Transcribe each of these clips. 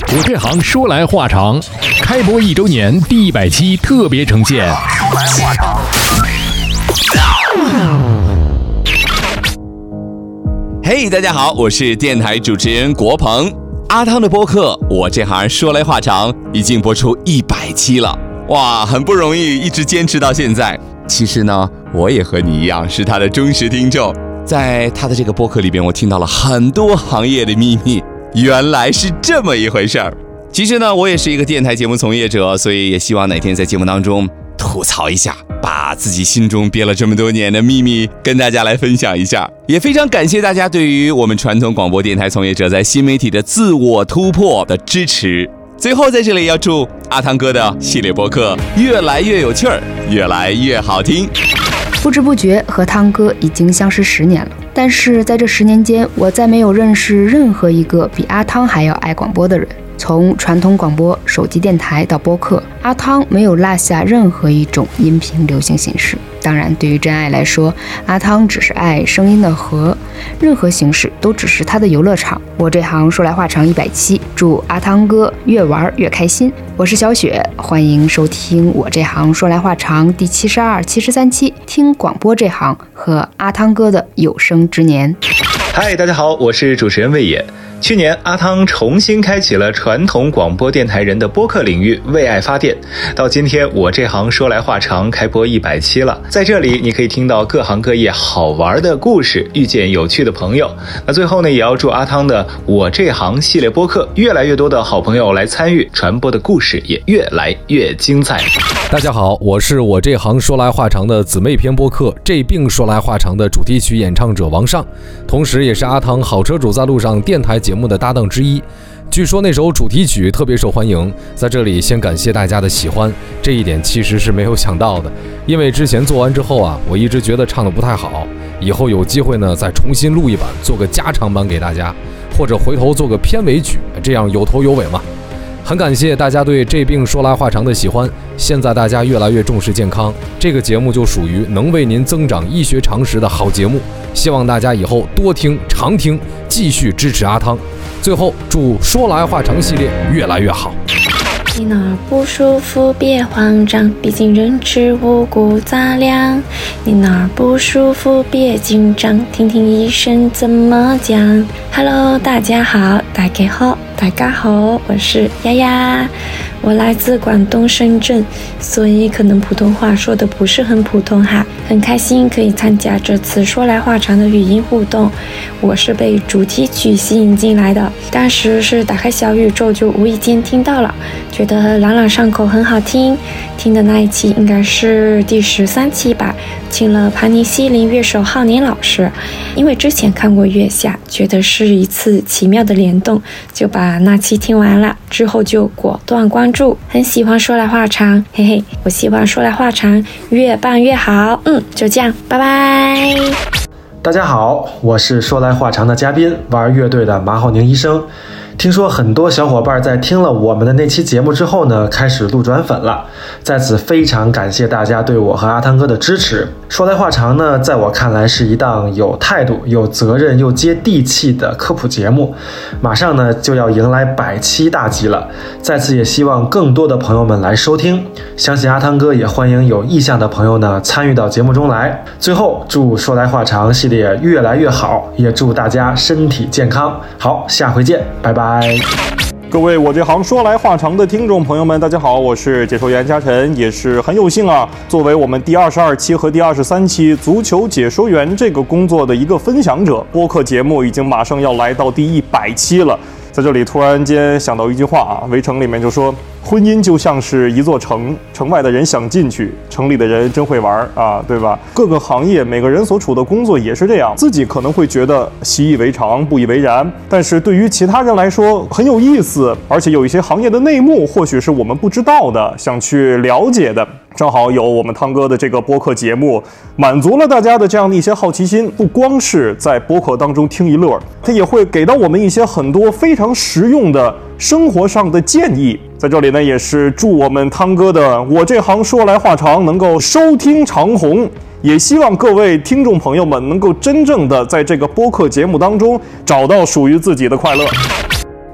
我这行说来话长，开播1周年第100期特别呈现。 嘿，大家好，我是电台主持人国鹏。阿汤的播客《我这行说来话长》已经播出100期了，哇，很不容易，一直坚持到现在。其实呢，我也和你一样是他的忠实听众，在他的这个播客里边，我听到了很多行业的秘密，原来是这么一回事儿。其实呢，我也是一个电台节目从业者，所以也希望哪天在节目当中吐槽一下，把自己心中憋了这么多年的秘密跟大家来分享一下。也非常感谢大家对于我们传统广播电台从业者在新媒体的自我突破的支持。最后在这里要祝阿汤哥的系列播客越来越有趣儿，越来越好听。 不知不觉和汤哥已经相识10年了，但是在这10年间，我再没有认识任何一个比阿汤还要爱广播的人。从传统广播、手机电台到播客，阿汤没有落下任何一种音频流行形式。当然，对于真爱来说，阿汤只是爱声音的河，任何形式都只是他的游乐场。我这行说来话长100期，祝阿汤哥越玩越开心。我是小雪，欢迎收听我这行说来话长第72、73期，听广播这行和阿汤哥的有生之年。 嗨，大家好，我是主持人魏野。去年阿汤重新开启了传统广播电台人的播客领域，为爱发电。到今天我这行说来话长开播100期了，在这里你可以听到各行各业好玩的故事，遇见有趣的朋友。那最后呢，也要祝阿汤的我这行系列播客越来越多的好朋友来参与，传播的故事也越来越精彩。 大家好，我是我这行说来话长的姊妹篇播客这病说来话长的主题曲演唱者王尚，同时也是阿汤好车主在路上电台节目的搭档之一。据说那首主题曲特别受欢迎，在这里先感谢大家的喜欢，这一点其实是没有想到的，因为之前做完之后啊，我一直觉得唱得不太好，以后有机会呢再重新录一版，做个加长版给大家，或者回头做个片尾曲，这样有头有尾嘛。很感谢大家对这病说来话长的喜欢，现在大家越来越重视健康，这个节目就属于能为您增长医学常识的好节目，希望大家以后多听常听，继续支持阿汤。最后祝说来话长系列越来越好。 你哪儿不舒服别慌张，毕竟人吃五谷杂粮。你哪儿不舒服别紧张，听听医生怎么讲。Hello， 大家好，大家好，大家好，我是丫丫，我来自广东深圳，所以可能普通话说的不是很普通哈。很开心可以参加这次说来话长的语音互动，我是被主题曲吸引进来的，当时是打开小宇宙就无意间听到了，觉得朗朗上口，很好听。听的那一期应该是第13期吧，请了盘尼西林乐手浩年老师，因为之前看过月下，觉得是一次奇妙的联动，就把那期听完了，之后就果断关注，很喜欢说来话长，嘿嘿，我希望说来话长越办越好，就这样，拜拜。 大家好，我是说来话长的嘉宾，玩乐队的马浩宁医生。听说很多小伙伴在听了我们的那期节目之后呢，开始路转粉了，在此非常感谢大家对我和阿汤哥的支持。说来话长呢，在我看来是一档有态度、有责任又接地气的科普节目，马上呢就要迎来100期大吉了，在此也希望更多的朋友们来收听，相信阿汤哥也欢迎有意向的朋友呢参与到节目中来。最后祝说来话长系列越来越好，也祝大家身体健康。好，下回见，拜拜。 各位我这行说来话长的听众朋友们，大家好，我是解说员嘉晨，也是很有幸啊，作为我们第22期和第23期足球解说员这个工作的一个分享者，播客节目已经马上要来到第100期了。在这里突然间想到一句话啊，围城里面就说，婚姻就像是一座城，城外的人想进去，城里的人真会玩啊，对吧？各个行业每个人所处的工作也是这样，自己可能会觉得习以为常、不以为然，但是对于其他人来说很有意思，而且有一些行业的内幕或许是我们不知道的，想去了解的。正好有我们汤哥的这个播客节目，满足了大家的这样的一些好奇心，不光是在播客当中听一乐，它也会给到我们一些很多非常实用的生活上的建议。在这里呢，也是祝我们汤哥的我这行说来话长能够收听长红，也希望各位听众朋友们能够真正的在这个播客节目当中找到属于自己的快乐。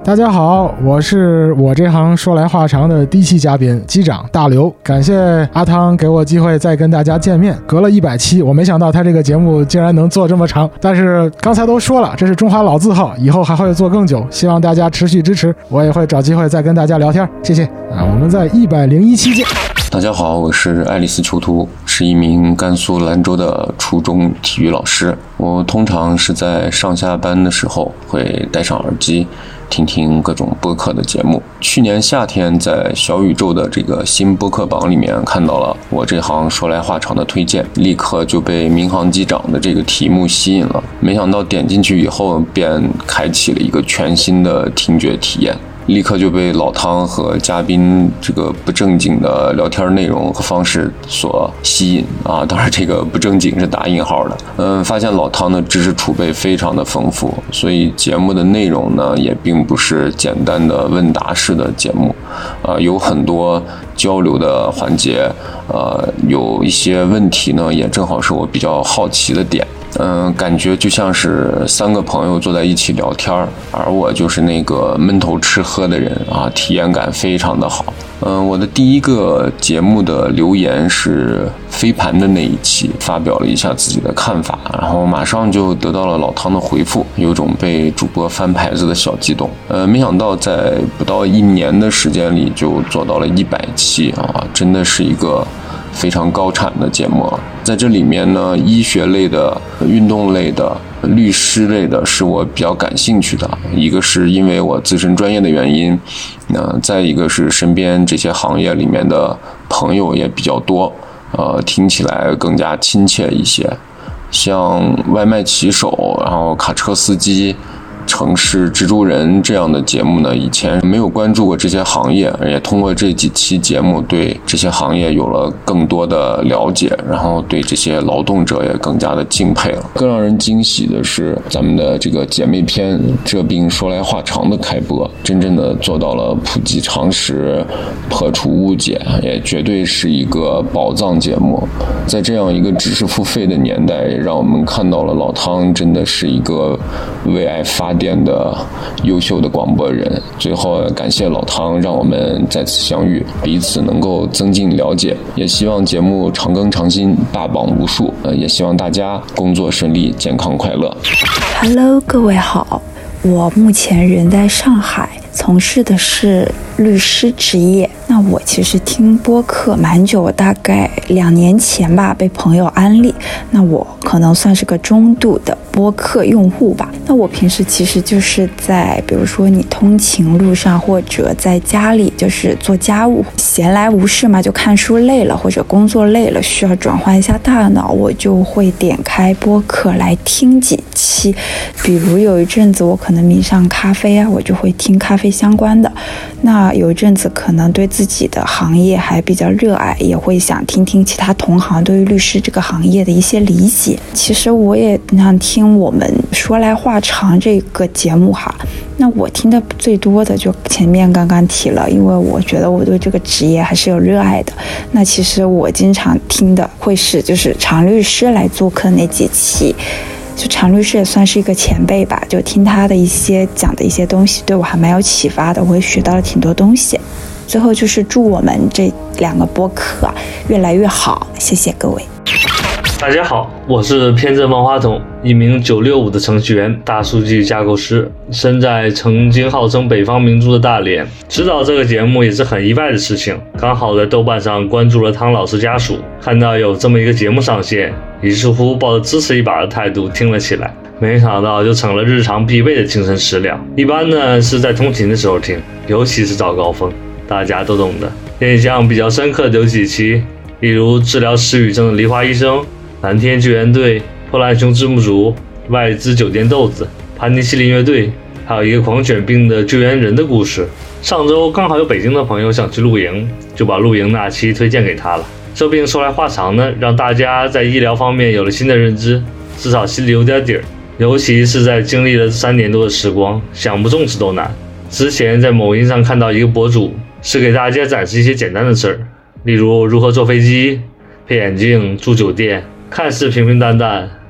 大家好，我是我这行说来话长的第一期嘉宾机长大刘，感谢阿汤给我机会再跟大家见面。隔了100期，我没想到他这个节目竟然能做这么长，但是刚才都说了，这是中华老字号，以后还会做更久，希望大家持续支持，我也会找机会再跟大家聊天，谢谢我们在101期见。 大家好，我是爱丽丝囚徒，是一名甘肃兰州的初中体育老师。我通常是在上下班的时候会戴上耳机听听各种播客的节目。去年夏天在小宇宙的这个新播客榜里面看到了我这行说来话长的推荐，立刻就被民航机长的这个题目吸引了。没想到点进去以后便开启了一个全新的听觉体验，立刻就被老汤和嘉宾这个不正经的聊天内容和方式所吸引啊！当然这个不正经是打引号的。发现老汤的知识储备非常的丰富，所以节目的内容呢也并不是简单的问答式的节目，有很多交流的环节，有一些问题呢也正好是我比较好奇的点。感觉就像是3个朋友坐在一起聊天，而我就是那个闷头吃喝的人啊，体验感非常的好。我的第一个节目的留言是飞盘的那一期，发表了一下自己的看法，然后马上就得到了老汤的回复，有种被主播翻牌子的小激动。没想到在不到1年的时间里就做到了100期啊，真的是一个非常高产的节目了。在这里面呢，医学类的、运动类的、律师类的是我比较感兴趣的，一个是因为我自身专业的原因，再一个是身边这些行业里面的朋友也比较多，听起来更加亲切一些。像外卖骑手，然后卡车司机、城市蜘蛛人这样的节目呢，以前没有关注过这些行业，也通过这几期节目对这些行业有了更多的了解，然后对这些劳动者也更加的敬佩了。更让人惊喜的是咱们的这个姐妹篇这病说来话长的开播，真正的做到了普及常识、破除误解，也绝对是一个宝藏节目。在这样一个知识付费的年代，也让我们看到了老汤真的是一个为爱发电的优秀的广播人。最后感谢老汤让我们再次相遇，彼此能够增进了解，也希望节目长更长新，霸榜无数，也希望大家工作顺利，健康快乐。 Hello， 各位好，我目前人在上海，从事的是律师职业。那我其实听播客蛮久，大概2年前吧，被朋友安利，那我可能算是个中度的播客用户吧。那我平时其实就是在比如说你通勤路上，或者在家里就是做家务，闲来无事嘛，就看书累了或者工作累了，需要转换一下大脑，我就会点开播客来听几期。比如有一阵子我可能迷上咖啡啊，我就会听咖啡相关的。那有一阵子可能对自己的行业还比较热爱，也会想听听其他同行对于律师这个行业的一些理解。其实我也想听我们说来话长这个节目哈，那我听的最多的就前面刚刚提了，因为我觉得我对这个职业还是有热爱的。那其实我经常听的会是就是常律师来做客那几期，就常律师也算是一个前辈吧，就听他的一些讲的一些东西对我还蛮有启发的，我也学到了挺多东西。最后就是祝我们这2个播客越来越好，谢谢各位。 大家好，我是偏正万花筒，一名965的程序员，大数据架构师，身在曾经号称北方明珠的大连。知道这个节目也是很意外的事情，刚好在豆瓣上关注了汤老师家属，看到有这么一个节目上线，于是乎抱着支持一把的态度听了起来，没想到就成了日常必备的精神食粮。一般呢是在通勤的时候听，尤其是早高峰，大家都懂的。印象比较深刻的有几期，例如治疗失语症的梨花医生、蓝天救援队、破烂熊字幕组、外资酒店豆子、盘尼西林乐队，还有一个狂犬病的救援人的故事。上周刚好有北京的朋友想去露营，就把露营那期推荐给他了。这病说来话长呢，让大家在医疗方面有了新的认知，至少心里有点底儿。尤其是在经历了3年多的时光，想不重视都难。之前在某音上看到一个博主，是给大家展示一些简单的事儿，例如如何坐飞机、配眼镜、住酒店，看似平平淡淡，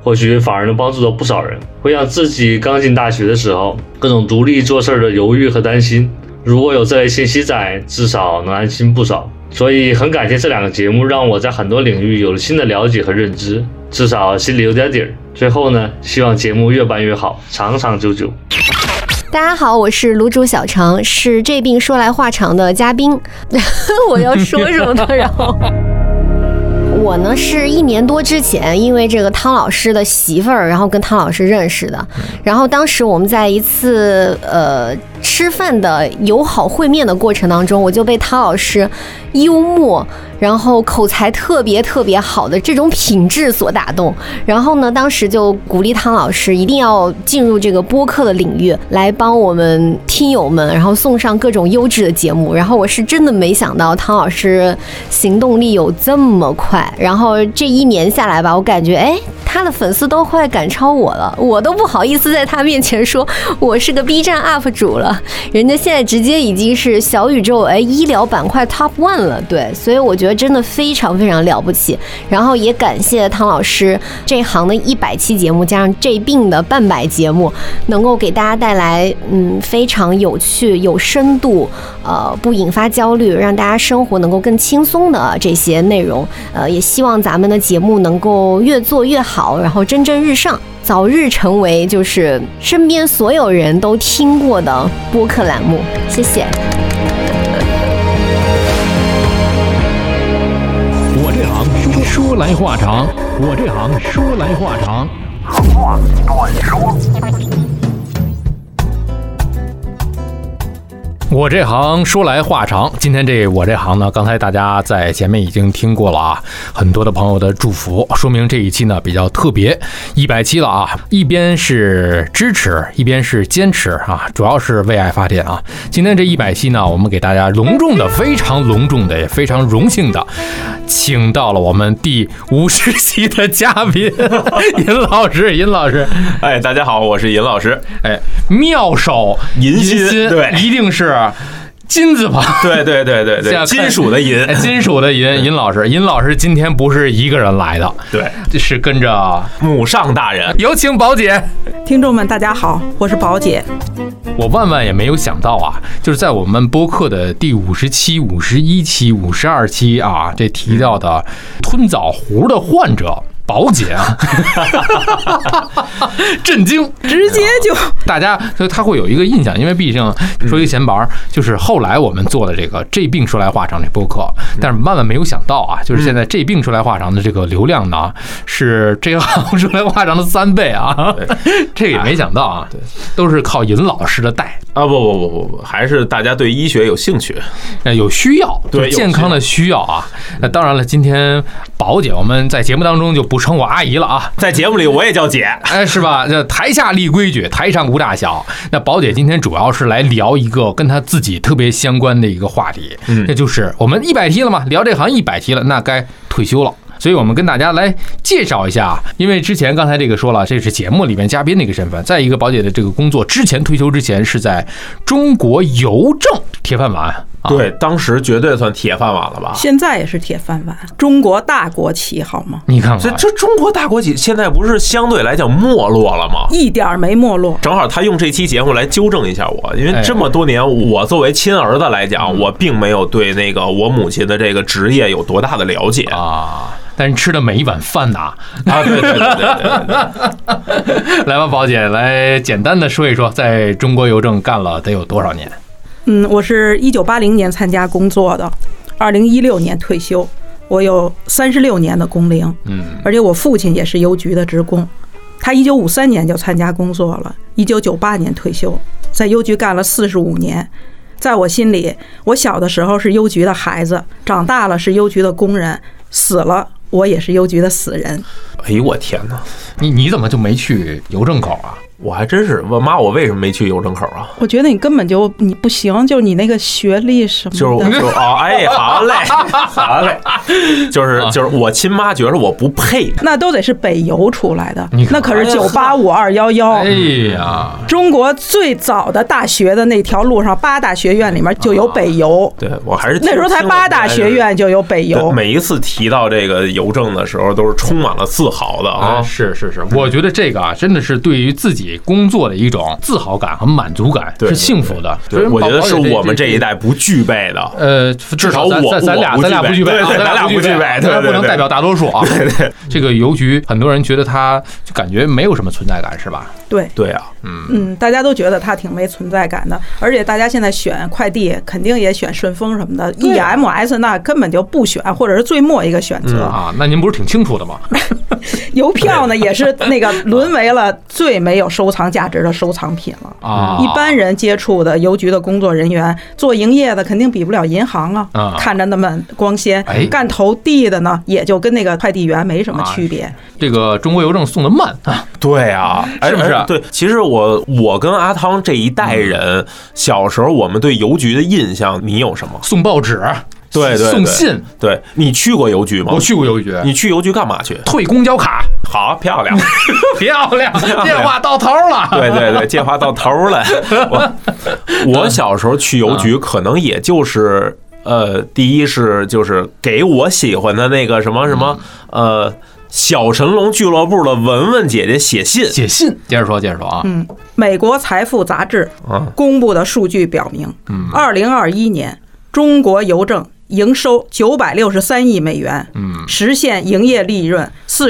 或许反而能帮助到不少人，会让自己刚进大学的时候各种独立做事的犹豫和担心，如果有这类信息在，至少能安心不少。所以很感谢这2个节目，让我在很多领域有了新的了解和认知，至少心里有点底儿。最后呢，希望节目越办越好，长长久久。 大家好，我是卤煮小程，是这病说来话长的嘉宾。我要说什么呢？然后我呢是1年多之前，因为这个汤老师的媳妇儿，然后跟汤老师认识的。然后当时我们在一次吃饭的友好会面的过程当中，我就被汤老师幽默，然后口才特别好的这种品质所打动。然后呢，当时就鼓励汤老师一定要进入这个播客的领域，来帮我们听友们，然后送上各种优质的节目。然后我是真的没想到汤老师行动力有这么快。然后这1年下来吧，我感觉他的粉丝都快赶超我了，我都不好意思在他面前说我是个 B 站 UP 主了，人家现在直接已经是小宇宙医疗板块 Top 1了。对，所以我觉得真的非常了不起。然后也感谢汤老师这行的100期节目加上这病的半百节目，能够给大家带来非常有趣有深度不引发焦虑，让大家生活能够更轻松的这些内容。也希望咱们的节目能够越做越好，然后蒸蒸日上，早日成为就是身边所有人都听过的播客栏目。谢谢。 我这行说来话长，我这行说来话长。话短说。我这行说来话长，今天我这行呢，刚才大家在前面已经听过了啊，很多的朋友的祝福，说明这一期呢比较特别，100期了啊，一边是支持，一边是坚持啊，主要是为爱发电啊。今天这100期呢，我们给大家隆重的、非常隆重的、也非常荣幸的，请到了我们第50期的嘉宾尹老师，尹老师， 大家好，我是尹老师， 妙手银心，对， 一定是金字旁， 对，金属的银， 金属的银，尹老师，尹老师今天不是一个人来的， 对， 是跟着母上大人， 有请宝姐。 听众们大家好，我是宝姐。 我万也没有想到啊，就是在我们播客的第50期、51期、52期啊，这提到的吞枣核的患者宝姐啊，震惊， 直接就大家他会有一个印象，因为毕竟说一个前白，就是后来我们做的这病说来话长这播客，但是万没有想到啊，就是现在这病说来话长的这个流量呢，是这行说来话长的3倍啊，这个也没想到啊，都是靠尹老师的带啊，不，还是大家对医学有兴趣， 有需要，对健康的需要啊。那当然了，今天宝姐我们在节目当中就不称我阿姨了啊， 在节目里我也叫姐， 是吧？这台下立规矩，台上无大小。那宝姐今天主要是来聊一个跟她自己特别相关的一个话题，那就是我们100期了嘛，聊这行100期了，那该退休了。所以我们跟大家来介绍一下，因为之前刚才这个说了，这是节目里面嘉宾的一个身份。再一个，宝姐的这个工作之前退休之前是在中国邮政铁饭碗， 对，当时绝对算铁饭碗了吧？ 现在也是铁饭碗，中国大国企好吗？ 你看看， 这中国大国企现在不是相对来讲没落了吗？ 一点没没落。 正好他用这期节目来纠正一下我，因为这么多年，我作为亲儿子来讲，我并没有对那个我母亲的这个职业有多大的了解啊。但是吃的每一碗饭呐， 对， 来吧，宝姐，来简单的说一说，在中国邮政干了得有多少年？ 我是1980年参加工作的，2016年退休，我有36年的工龄，而且我父亲也是邮局的职工，他1953年就参加工作了，1998年退休，在邮局干了45年。在我心里，我小的时候是邮局的孩子，长大了是邮局的工人，死了我也是邮局的死人。 哎呦我天哪！ 你怎么就没去邮政口啊？ 我还真是问妈，我为什么没去邮政口啊？ 我觉得你根本就你不行，就是你那个学历什么的。 就是哦，哎，好嘞，好嘞，就是我亲妈觉得我不配， 那都得是北邮出来的，那可是985-211。 哎呀， 中国最早的大学的那条路上，8大学院里面就有北邮。 对，我还是那时候才8大学院就有北邮。 每一次提到这个邮政的时候，都是充满了自豪的啊！ 是，我觉得这个啊，真的是对于自己工作的一种自豪感和满足感，是幸福的。 对，我觉得是我们这一代不具备的。至少咱俩不具备，咱俩不具备， 对，不能代表大多数啊。对，这个邮局很多人觉得它就感觉没有什么存在感，是吧？ 对啊， 大家都觉得它挺没存在感的，而且大家现在选快递肯定也选顺丰什么的 ，EMS 那根本就不选，或者是最末一个选择啊。那您不是挺清楚的吗？ 邮票呢也是那个沦为了最没有收藏价值的收藏品了啊！一般人接触的邮局的工作人员，做营业的肯定比不了银行啊，看着那么光鲜。干投递的呢，也就跟那个快递员没什么区别。 这个中国邮政送的慢啊， 对啊， 是不是？ 对，其实我跟阿汤这一代人，小时候我们对邮局的印象，你有什么？ 送报纸。 对， 送信。 对，你去过邮局吗？ 我去过邮局。 你去邮局干嘛去？ 退公交卡。 好，漂亮， 漂亮，电话到头了。 对，电话到头了。我小时候去邮局，可能也就是第一是就是给我喜欢的那个什么小神龙俱乐部的文文姐姐写信。 接着说啊。 美国财富杂志公布的数据表明，2021年中国邮政营收963亿美元，实现营业利润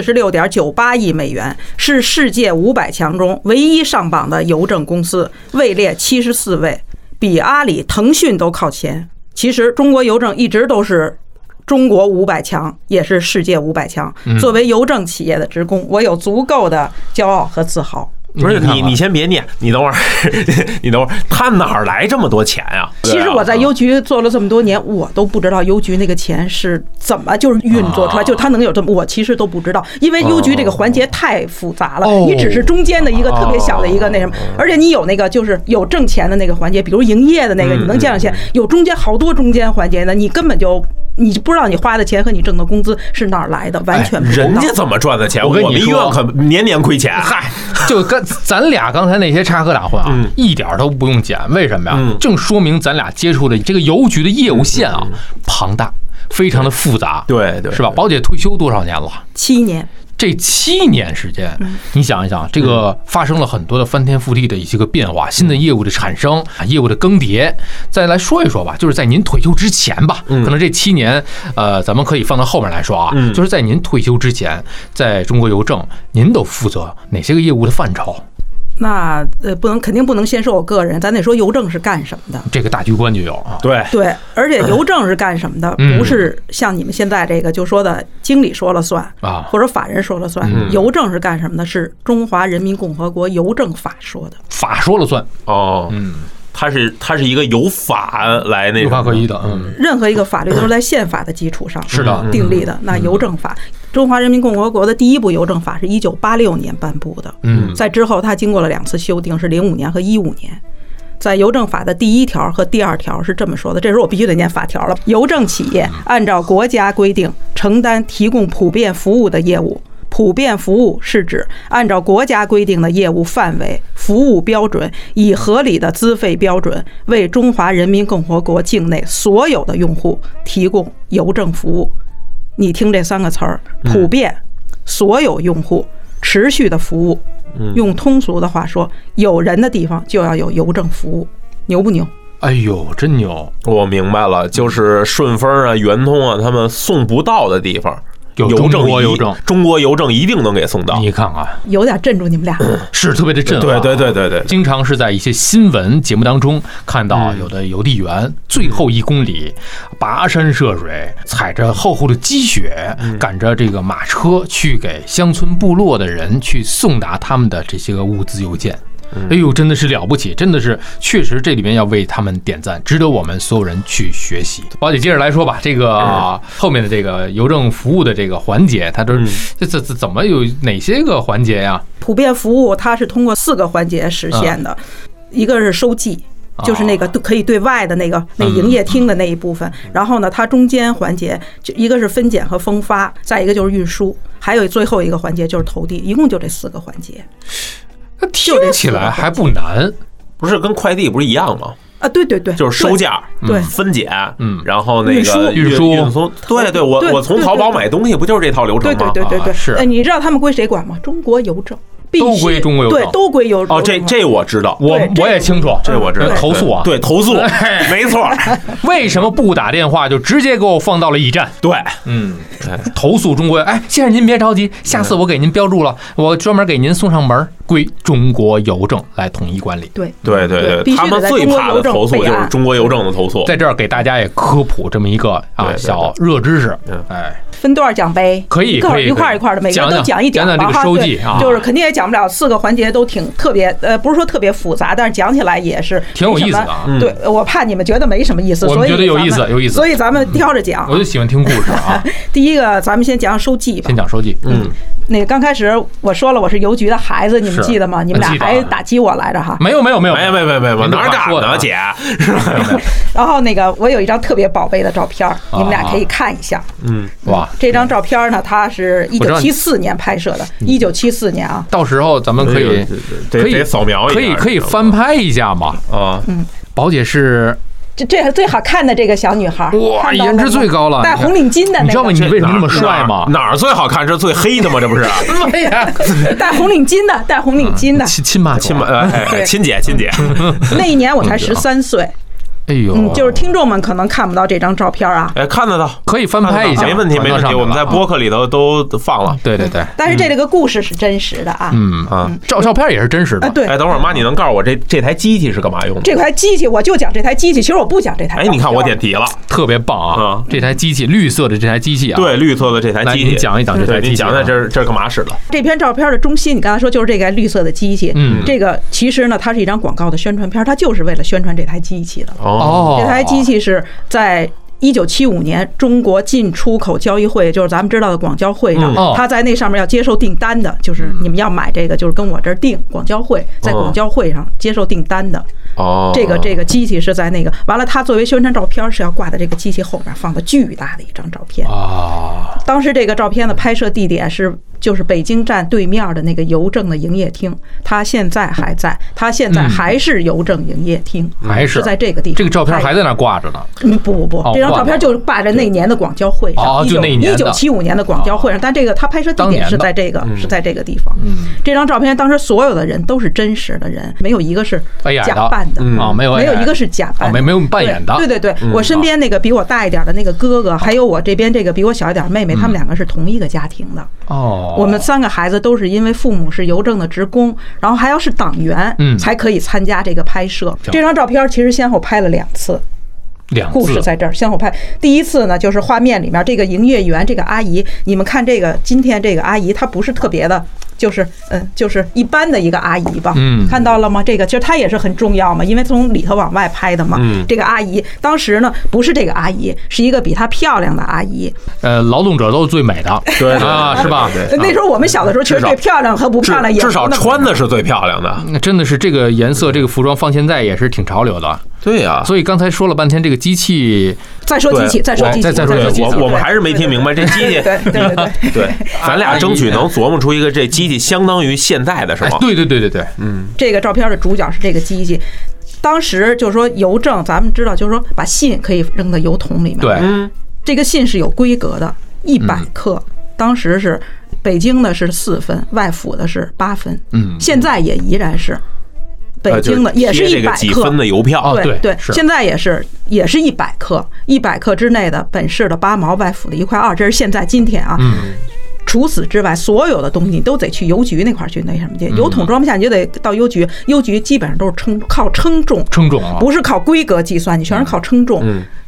46.98亿美元，是世界500强中唯一上榜的邮政公司，位列74位，比阿里、腾讯都靠前。其实中国邮政一直都是中国500强，也是世界500强。作为邮政企业的职工，我有足够的骄傲和自豪。 不是你先别念，你等会儿，他哪儿来这么多钱呀？ 其实我在邮局做了这么多年，我都不知道邮局那个钱是怎么就是运作出来，就他能有这么，我其实都不知道，因为邮局这个环节太复杂了，你只是中间的一个特别小的一个那什么，而且你有那个就是有挣钱的那个环节，比如营业的那个，你能见上钱，有中间好多中间环节呢，你根本就。你不知道你花的钱和你挣的工资是哪儿来的，完全不知道。 人家怎么赚的钱？我们医院可年年亏钱。 嗨，就跟咱俩刚才那些插科打诨啊，一点都不用剪。为什么呀？正说明咱俩接触的这个邮局的业务线啊，庞大，非常的复杂。 对， 是吧？宝姐退休多少年了 ？7年。 这7年时间，你想一想，这个发生了很多的翻天覆地的一些个变化，新的业务的产生，业务的更迭。再来说一说吧，就是在您退休之前吧，可能这7年，咱们可以放到后面来说啊，就是在您退休之前，在中国邮政，您都负责哪些个业务的范畴？ 那肯定不能先说我个人，咱得说邮政是干什么的， 这个大局观就有啊。 对，而且邮政是干什么的，不是像你们现在这个就说的经理说了算啊，或者法人说了算。邮政是干什么的？是中华人民共和国邮政法说的， 法说了算哦。它是一个有法来那有法可依的， 任何一个法律都是在宪法的基础上是的订立的。那邮政法，中华人民共和国的第一部邮政法是1986年颁布的，在之后它经过了2次修订，是05年和15年。在邮政法的第1条和第2条是这么说的，这时候我必须得念法条了。邮政企业按照国家规定承担提供普遍服务的业务。普遍服务是指按照国家规定的业务范围、服务标准，以合理的资费标准为中华人民共和国境内所有的用户提供邮政服务。你听这3个词儿：普遍、所有用户、持续的服务。用通俗的话说，有人的地方就要有邮政服务，牛不牛？ 哎呦，真牛！ 我明白了，就是顺丰啊、圆通啊，他们送不到的地方。 有中国邮政一定能给送到。 你看看， 有点镇住你们俩， 是特别的震撼。 对， 经常是在一些新闻节目当中看到有的邮递员最后1公里跋山涉水，踩着厚厚的积雪，赶着这个马车去给乡村部落的人去送达他们的这些个物资邮件。 哎呦，真的是了不起，真的是确实这里面要为他们点赞，值得我们所有人去学习。宝姐接着来说吧，这个后面的这个邮政服务的这个环节，它都这怎么有哪些个环节呀？ 普遍服务它是通过4个环节实现的，一个是收寄。就是那个可以对外的那个营业厅的那一部分，然后呢，它中间环节就一个是分拣和分发，再一个就是运输，还有最后一个环节就是投递，一共就这4个环节。 那听起来还不难， 不是跟快递不是一样吗？ 啊，对对对， 就是收件、 对分拣，然后那个运输， 对对，我从淘宝买东西不就是这套流程吗？ 对， 是。 你知道他们归谁管吗？中国邮政。 都归中国邮政， 对，都归邮政。 哦，这我知道， 我也清楚， 这我知道。 投诉啊， 对，投诉，没错。 为什么不打电话就直接给我放到了驿站？ 对， 投诉中国。哎，先生您别着急，下次我给您标注了，我专门给您送上门，归中国邮政来统一管理。 对， 他们最怕的投诉就是中国邮政的投诉。 在这儿给大家也科普这么一个小热知识，哎。 分段讲呗， 可以一块的，每个人都讲一讲这个收据啊， 就是肯定也讲不了4个环节都挺特别，不是说特别复杂，但是讲起来也是挺有意思的啊。 对，我怕你们觉得没什么意思， 所以觉得有意思， 所以咱们挑着讲。 我就喜欢听故事啊。 第一个，咱们先讲收寄吧。 先讲收寄， 那个刚开始我说了我是邮局的孩子，你们记得吗？你们俩还打击我来着哈？ 没有， 哪敢呢，姐？ 然后那个我有一张特别宝贝的照片，你们俩可以看一下。 哇， 这张照片呢，它是1974年拍摄的，1974年啊。 到时候咱们可以扫描一下， 可以翻拍一下嘛。宝姐是。 这最好看的这个小女孩， 哇，颜值最高了， 戴红领巾的那个。 你知道吗？你为什么那么帅吗？ 哪儿最好看？这最黑的吗？这不是？ 对呀，戴红领巾的， 亲妈， 亲姐。 那一年我才13岁。 哎呦， 就是听众们可能看不到这张照片啊， 看得到， 可以翻拍一下， 没问题，我们在播客里头都放了。 对。 但是这个故事是真实的啊， 照片也是真实的。 对。 等会儿妈，你能告诉我这台机器是干嘛用的？ 这台机器我就讲这台机器，其实我不讲这台。 你看我点题了， 特别棒啊！这台机器，绿色的这台机器啊， 对，绿色的这台机器， 你讲一讲这台机器， 你讲讲这是干嘛使的？ 这篇照片的中心，你刚才说就是这个绿色的机器，这个其实呢，它是一张广告的宣传片，它就是为了宣传这台机器的。这台机器是在1975年中国进出口交易会，就是咱们知道的广交会上，他在那上面要接受订单的，就是你们要买这个，就是跟我这儿订广交会，在广交会上接受订单的。这个机器是在那个完了，它作为宣传照片是要挂在这个机器后面放的巨大的一张照片。当时这个照片的拍摄地点就是北京站对面的那个邮政的营业厅，它现在还在，它现在还是邮政营业厅， 还是在这个地方。 这个照片还在那挂着呢。 不，这张照片就挂在那年的广交会上， 就那一年 1975年的广交会上，但这个它拍摄地点是在这个地方。这张照片当时所有的人都是真实的人，没有一个是假扮的没有一个是假扮， 没有扮演的。 对，我身边那个比我大一点的那个哥哥，还有我这边这个比我小一点妹妹，他们2个是同一个家庭的。我们3个孩子都是因为父母是邮政的职工，然后还要是党员，才可以参加这个拍摄。这张照片其实先后拍了2次。故事在这儿先后拍。第一次呢，就是画面里面这个营业员这个阿姨，你们看这个今天这个阿姨，她不是特别的，就是一般的一个阿姨吧，看到了吗？这个其实她也是很重要嘛，因为从里头往外拍的嘛。这个阿姨当时呢不是这个阿姨，是一个比她漂亮的阿姨。 劳动者都是最美的，对啊，是吧？ 那时候我们小的时候，其实对漂亮和不漂亮也至少穿的是最漂亮的， 真的是这个颜色，这个服装放现在也是挺潮流的。 对呀， 所以刚才说了半天这个机器， 再说机器， 我们还是没听明白这机器。对，咱俩争取能琢磨出一个这机器相当于现在的是吗？ 对， 这个照片的主角是这个机器。当时就是说邮政，咱们知道就是说把信可以扔到邮筒里面， 对， 这个信是有规格的，100克，当时是北京的是4分，外府的是8分，现在也依然是。北京的也是100克分的邮票， 对，现在也是100克，100克之内的本市的8毛，外府的1块2，这是现在今天啊。除此之外，所有的东西你都得去邮局那块去那什么去，邮筒装不下你就得到邮局，邮局基本上都是靠称重， 啊， 不是靠规格计算，你全是靠称重。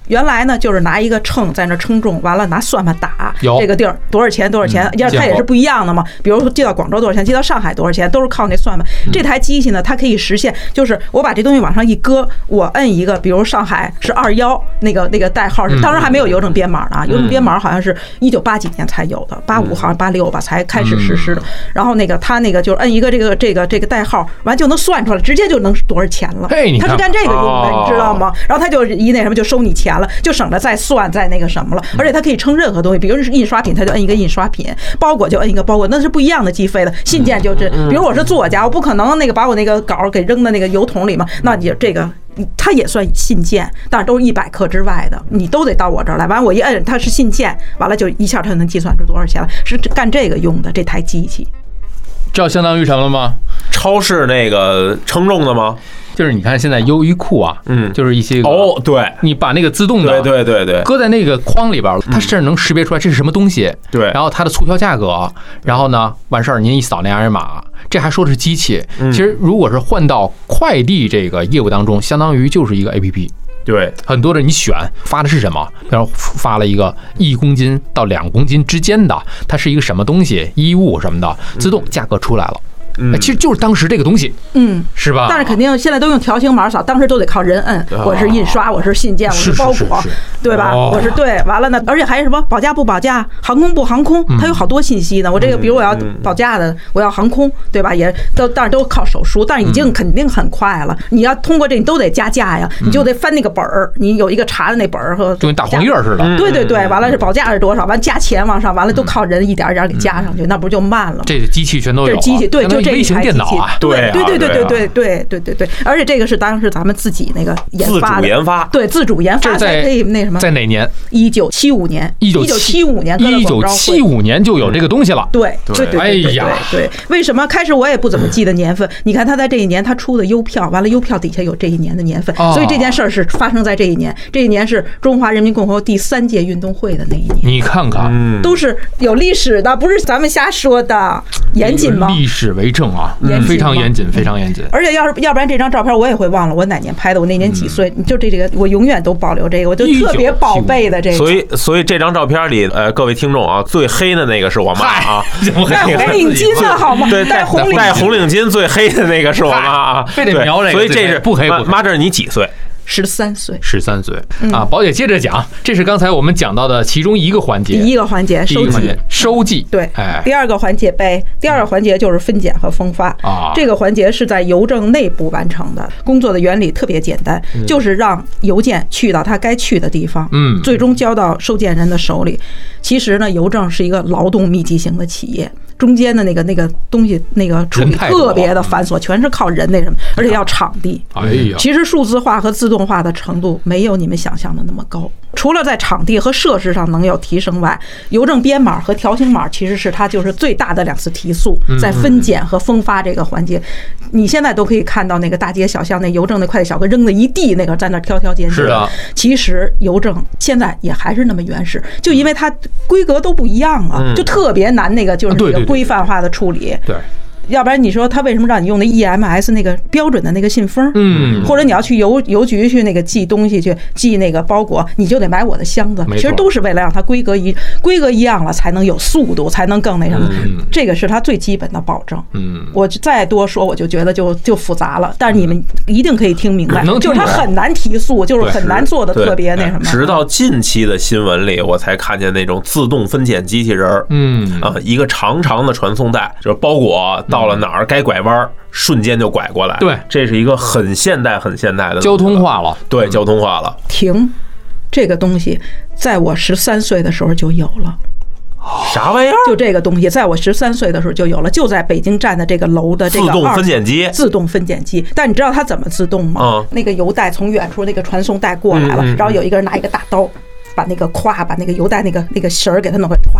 原来呢就是拿一个秤在那称重，完了拿算盘打这个地儿多少钱多少钱，它也是不一样的嘛。比如说寄到广州多少钱，寄到上海多少钱，都是靠那算盘。这台机器呢，它可以实现，就是我把这东西往上一搁，我摁一个，比如上海是21，那个代号是，当时还没有邮政编码呢，邮政编码好像是1980几年才有的，85好像86吧才开始实施的。然后他那个就是摁一个这个代号，完就能算出来，直接就能多少钱了。他是干这个用的，你知道吗？然后他就一那什么就收你钱了，就省得再算再那个什么了。而且它可以称任何东西，比如是印刷品，它就摁一个印刷品；包裹就摁一个包裹，那是不一样的计费的。信件就是，比如我是作家，我不可能那个把我那个稿给扔到那个邮筒里嘛，那你这个。它也算信件，但是都是100克之外的，你都得到我这儿来。完，我一摁它是信件，完了就一下它能计算出多少钱了，是干这个用的这台机器。 这相当于什么了吗？ 超市那个称重的吗？ 就是你看现在优衣库啊，就是一些对， 你把那个自动的对搁在那个框里边，它甚至能识别出来这是什么东西， 对， 然后它的促销价格，然后呢完事儿您一扫那二维码，这还说的是机器，其实如果是换到快递这个业务当中，相当于就是一个 APP。 对， 很多的你选发的是什么？比如发了一个1公斤到2公斤之间的，它是一个什么东西，衣物什么的，自动价格出来了。其实就是当时这个东西，是吧？ 但是肯定现在都用条形码扫，当时都得靠人摁。我是印刷，我是信件，我是包裹，对吧？我是对，完了呢，而且还有什么保价不保价，航空不航空，它有好多信息呢。我这个，比如我要保价的，我要航空，对吧？也都，但是都靠手书，但是已经肯定很快了。你要通过这，你都得加价呀，你就得翻那个本儿，你有一个查的那本儿和就跟大黄页似的。 对，完了是保价是多少，完加钱往上，完了都靠人一点一点给加上去，那不就慢了吗？ 这机器全都有， 这机器对，就这微型电脑啊， 对，而且这个是当时咱们自己那个研发的，自主研发才可以那什么。 在哪年 ？1975年，1975年 ，1975年就有这个东西了。 对， 哎呀， 对，为什么开始我也不怎么记得年份？你看他在这一年他出的邮票，完了邮票底下有这一年的年份，所以这件事儿是发生在这一年。这一年是中华人民共和国第3届运动会的那一年。 你看看， 都是有历史的，不是咱们瞎说的，严谨吗？ 历史为证啊，非常严谨，非常严谨。 而且要不然这张照片我也会忘了我哪年拍的，我那年几岁？就这个，我永远都保留这个，我就特别宝贝的这个。 所以这张照片里，各位听众啊，最黑的那个是我妈啊， 戴红领巾的好吗？ 对，戴红领巾最黑的那个是我妈啊， 非得瞄这个。 所以这是不黑。 妈，这是你几岁 ？13岁。 13岁啊，宝姐接着讲，这是刚才我们讲到的其中一个环节。 第一个环节收寄。 对， 哎， 第二个环节第二个环节就是分拣和分发啊。这个环节是在邮政内部完成的，工作的原理特别简单，就是让邮件去到它该去的地方，最终交到收件人的手里。其实呢，邮政是一个劳动密集型的企业。中间的那个东西那个处理特别的繁琐，全是靠人那什么，而且要场地。 哎呀， 其实数字化和自动化的程度没有你们想象的那么高。除了在场地和设施上能有提升外，邮政编码和条形码其实是它就是最大的2次提速，在分拣和分发这个环节，你现在都可以看到那个大街小巷那邮政那快递小哥扔的一地那个在那挑拣。 是的， 其实邮政现在也还是那么原始，就因为它规格都不一样啊，就特别难那个就是那个规范化的处理。 对。 要不然你说他为什么让你用那 EMS 那个标准的那个信封？或者你要去邮局去那个寄东西去寄那个包裹，你就得买我的箱子。其实都是为了让它规格一样了，才能有速度，才能更那什么。这个是它最基本的保证。我再多说我就觉得就复杂了，但是你们一定可以听明白，就是它很难提速，就是很难做的特别那什么。 直到近期的新闻里，我才看见那种自动分拣机器人一个长长的传送带，就是包裹到了哪儿该拐弯，瞬间就拐过来。 对， 这是一个很现代的交通化了。 对，交通化了。 停，这个东西在我13岁的时候就有了。 啥玩意儿？ 就这个东西，在我13岁的时候就有了，就在北京站的这个楼的这个自动分拣机。 自动分拣机，但你知道它怎么自动吗？那个邮袋从远处那个传送带过来了，然后有一个人拿一个大刀。把那个邮袋那个绳儿给它弄回，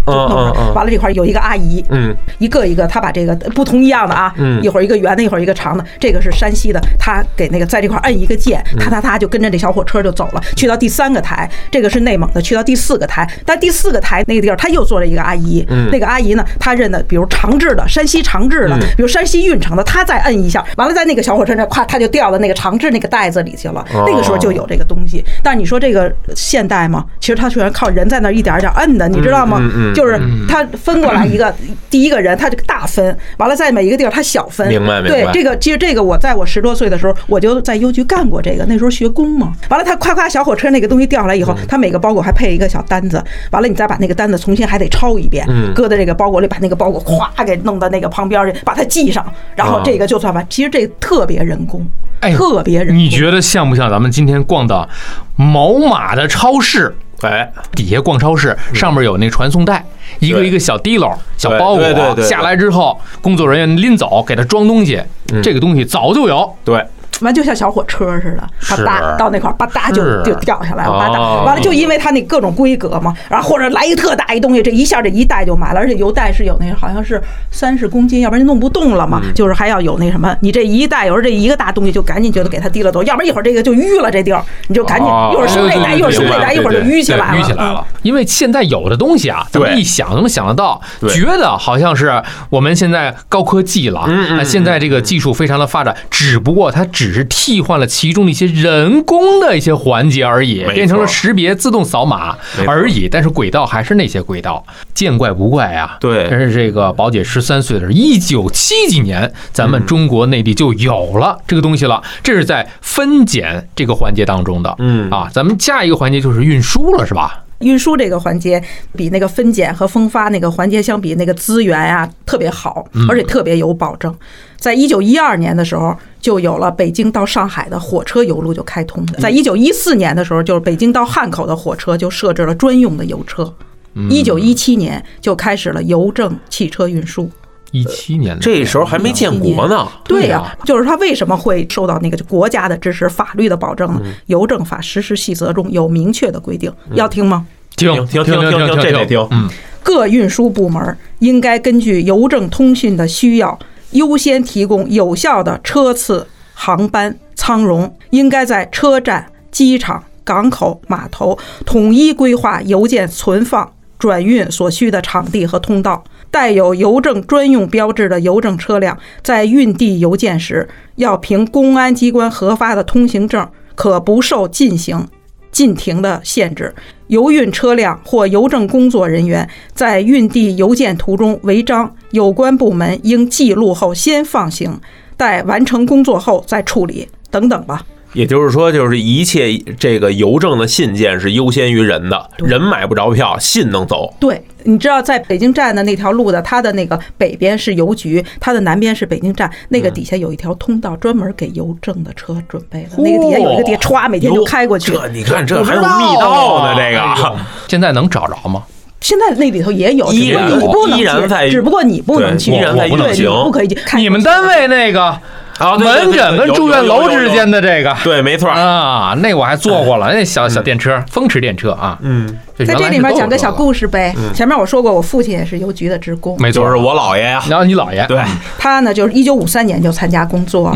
就弄上。完了这块有一个阿姨，一个一个她把这个不同一样的啊，一会儿一个圆的，一会儿一个长的，这个是山西的，她给那个在这块摁一个键，她就跟着这小火车就走了，去到第3个台，这个是内蒙的，去到第4个台，但第4个台那个地儿她又坐了一个阿姨，那个阿姨呢，她认的比如长治的，山西长治的，比如山西运城的，她再摁一下，完了在那个小火车上，咵，她就掉到那个长治那个袋子里去了，那个时候就有这个东西。但是你说这个现代吗？其实它虽然靠人在那一点一点摁的，你知道吗？就是它分过来一个第一个人，他这个大分，完了在每一个地儿他小分。 明白。 对，这个其实这个我在我10多岁的时候，我就在邮局干过这个，那时候学工嘛。完了，他夸夸小火车那个东西掉下来以后，他每个包裹还配一个小单子，完了你再把那个单子重新还得抄一遍，搁在这个包裹里，把那个包裹咵给弄到那个旁边去，把它系上，然后这个就算完。其实这个特别人工。特别人工。 你觉得像不像咱们今天逛的某马的超市？底下逛超市，上面有那传送带，一个一个小提篓、小包裹，下来之后，工作人员拎走，给他装东西。这个东西早就有。 对。 完就像小火车似的，吧嗒到那块吧嗒就掉下来了，吧嗒完了就因为它那各种规格嘛，然后或者来一特大一东西，这一下这一袋就满了，而且邮袋是有那好像是30公斤，要不然就弄不动了嘛，就是还要有那什么，你这一袋有时候这一个大东西就赶紧就得给它提了走，要不然一会儿这个就淤了这地儿，你就赶紧一会儿收这袋，一会儿收这袋，一会儿就淤起来了。 因为现在有的东西啊，咱们一想能想得到，觉得好像是我们现在高科技了，现在这个技术非常的发展，只不过它只是替换了其中的一些人工的一些环节而已，变成了识别自动扫码而已。但是轨道还是那些轨道，见怪不怪啊。 对， 但是这个宝姐13岁的时候，1970几年，咱们中国内地就有了这个东西了。这是在分拣这个环节当中的。咱们下一个环节就是运输了，是吧？ 运输这个环节比那个分拣和分发那个环节相比，那个资源啊特别好，而且特别有保证。在1912年的时候，就有了北京到上海的火车邮路就开通。在1914年的时候，就是北京到汉口的火车就设置了专用的邮车。1917年就开始了邮政汽车运输。 17年这时候还没建国呢。 对呀，就是它为什么会受到那个国家的支持、法律的保证呢？邮政法实施细则中有明确的规定，要听吗？ 听， 这得听。 各运输部门应该根据邮政通讯的需要，优先提供有效的车次、航班、仓容，应该在车站、机场、港口、码头统一规划邮件存放、转运所需的场地和通道。带有邮政专用标志的邮政车辆在运递邮件时，要凭公安机关核发的通行证，可不受禁行、禁停的限制。邮运车辆或邮政工作人员在运递邮件途中违章，有关部门应记录后先放行，待完成工作后再处理，等等吧。 也就是说，就是一切这个邮政的信件是优先于人的，人买不着票，信能走。 对，你知道在北京站的那条路的，它的那个北边是邮局，它的南边是北京站，那个底下有一条通道专门给邮政的车准备的，那个底下有一个碟，歘，每天就开过去。 这你看，这还有密道呢，这个现在能找着吗？ 现在那里头也有， 依然在， 只不过你不能去， 依然在运行， 不可以去。 你们单位那个。门诊跟住院楼之间的这个， 对，没错啊，那我还坐过了，那小电车，风驰电车啊， 在这里面讲个小故事呗。前面我说过，我父亲也是邮局的职工， 没错， 就是我姥爷呀。 然后你姥爷， 对， 他呢就是1953年就参加工作了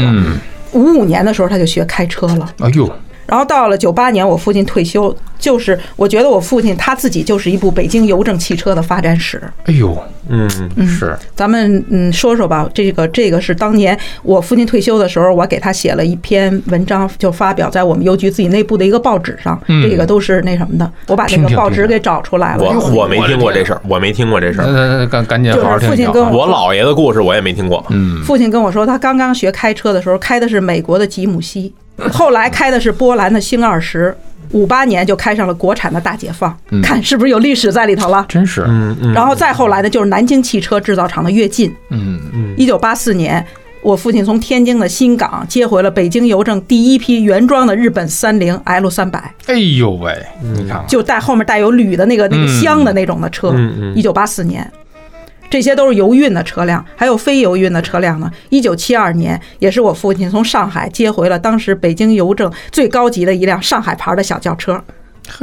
，55年的时候他就学开车了。 哎呦。 然后到了98年，我父亲退休，就是我觉得我父亲他自己就是一部北京邮政汽车的发展史。 哎呦，是， 咱们说说吧，这个是当年我父亲退休的时候，我给他写了一篇文章，就发表在我们邮局自己内部的一个报纸上。这个都是那什么的，我把这个报纸给找出来了。 我没听过这事儿，我没听过这事儿。 赶紧好好听。 父亲跟我姥爷的故事我也没听过。 父亲跟我说，他刚刚学开车的时候，开的是美国的吉姆西。后来开的是波兰的星20，58年就开上了国产的大解放，看是不是有历史在里头了？ 真是。 然后再后来呢，就是南京汽车制造厂的跃进。1984年，我父亲从天津的新港接回了北京邮政第一批原装的日本30 L300。 哎呦喂，你看， 就后面带有铝的那个箱的那种的车。1984年。这些都是邮运的车辆，还有非邮运的车辆呢。1972年，也是我父亲从上海接回了当时北京邮政最高级的一辆上海牌的小轿车。 嘿，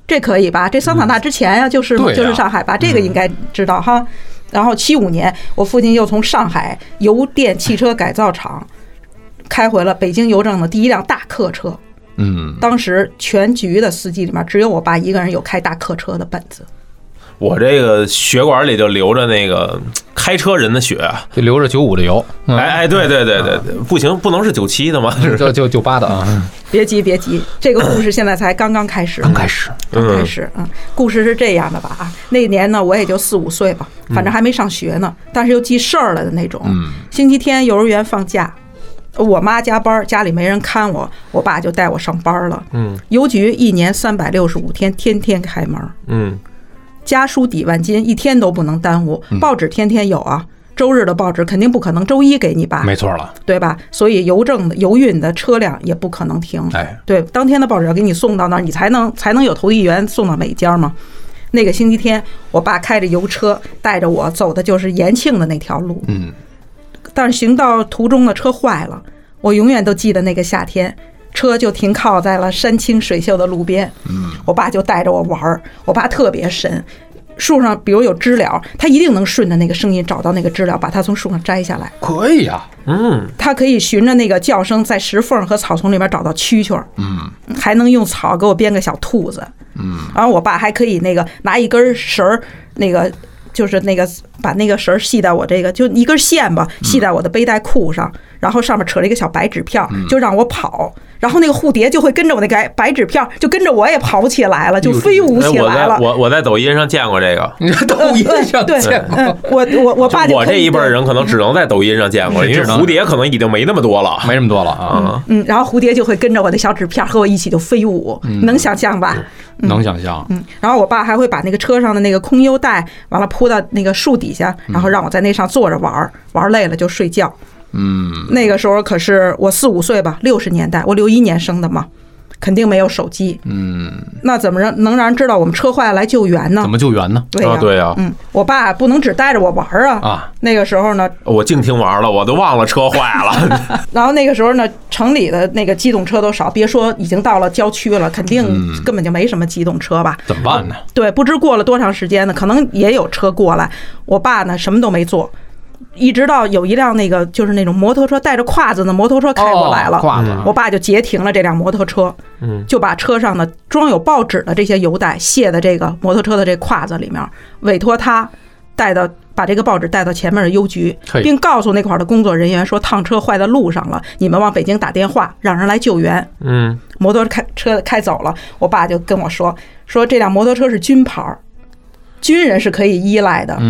这可以吧？这桑塔纳之前呀，就是就是上海吧，这个应该知道哈。然后75年，我父亲又从上海邮电汽车改造厂开回了北京邮政的第一辆大客车。当时全局的司机里面只有我爸一个人有开大客车的本子。 我这个血管里就流着那个开车人的血， 就流着95的油。 对，不行，不能是97的吗？ 就98的啊。 别急，这个故事现在才刚刚开始。 刚开始。 故事是这样的吧？那年呢，我也就4、5岁吧，反正还没上学呢，但是又记事儿了的那种。星期天幼儿园放假。我妈加班，家里没人看我，我爸就带我上班了。邮局1年365天，天天开门。家书抵万金，一天都不能耽误。报纸天天有啊，周日的报纸肯定不可能周一给你吧？ 没错了， 对吧？所以邮运的车辆也不可能停。对，当天的报纸要给你送到那儿，你才能有投递员送到每家嘛。那个星期天，我爸开着邮车带着我走的就是延庆的那条路。但是行到途中的车坏了，我永远都记得那个夏天。车就停靠在了山清水秀的路边，我爸就带着我玩。我爸特别神，树上比如有知了，他一定能顺着那个声音找到那个知了，把它从树上摘下来。 可以呀， 他可以循着那个叫声在石缝和草丛里面找到蛐蛐，还能用草给我编个小兔子，然后我爸还可以那个拿一根绳儿，那个就是那个把那个绳系在我这个就一根线吧，系在我的背带裤上，然后上面扯了一个小白纸片，就让我跑。然后那个蝴蝶就会跟着我那个白纸片，就跟着我也跑起来了，就飞舞起来了。 我在抖音上见过这个， 你在抖音上见过？ 我爸我这一辈人可能只能在抖音上见过，因为蝴蝶可能已经没那么多了， 啊。 然后蝴蝶就会跟着我的小纸片和我一起就飞舞，能想象吧？ 能想象。 然后我爸还会把那个车上的那个空优带完了铺到那个树底下，然后让我在那上坐着玩累了就睡觉。那个时候可是我4、5岁吧，60年代，我61年生的嘛，肯定没有手机。那怎么能让人知道我们车坏了来救援呢？ 怎么救援呢？ 对呀，我爸不能只带着我玩啊。那个时候呢， 我净听玩了，我都忘了车坏了。 然后那个时候呢，城里的那个机动车都少，别说已经到了郊区了，肯定根本就没什么机动车吧？ 怎么办呢？ 对，不知过了多长时间呢，可能也有车过来，我爸呢什么都没做。一直到有一辆那个就是那种摩托车带着胯子的摩托车开过来了，我爸就截停了这辆摩托车，就把车上的装有报纸的这些邮袋卸在这个摩托车的这胯子里面，委托他把这个报纸带到前面的邮局，并告诉那块的工作人员说趟车坏在路上了，你们往北京打电话让人来救援。摩托车开走了，我爸就跟我说这辆摩托车是军牌，军人是可以依赖的。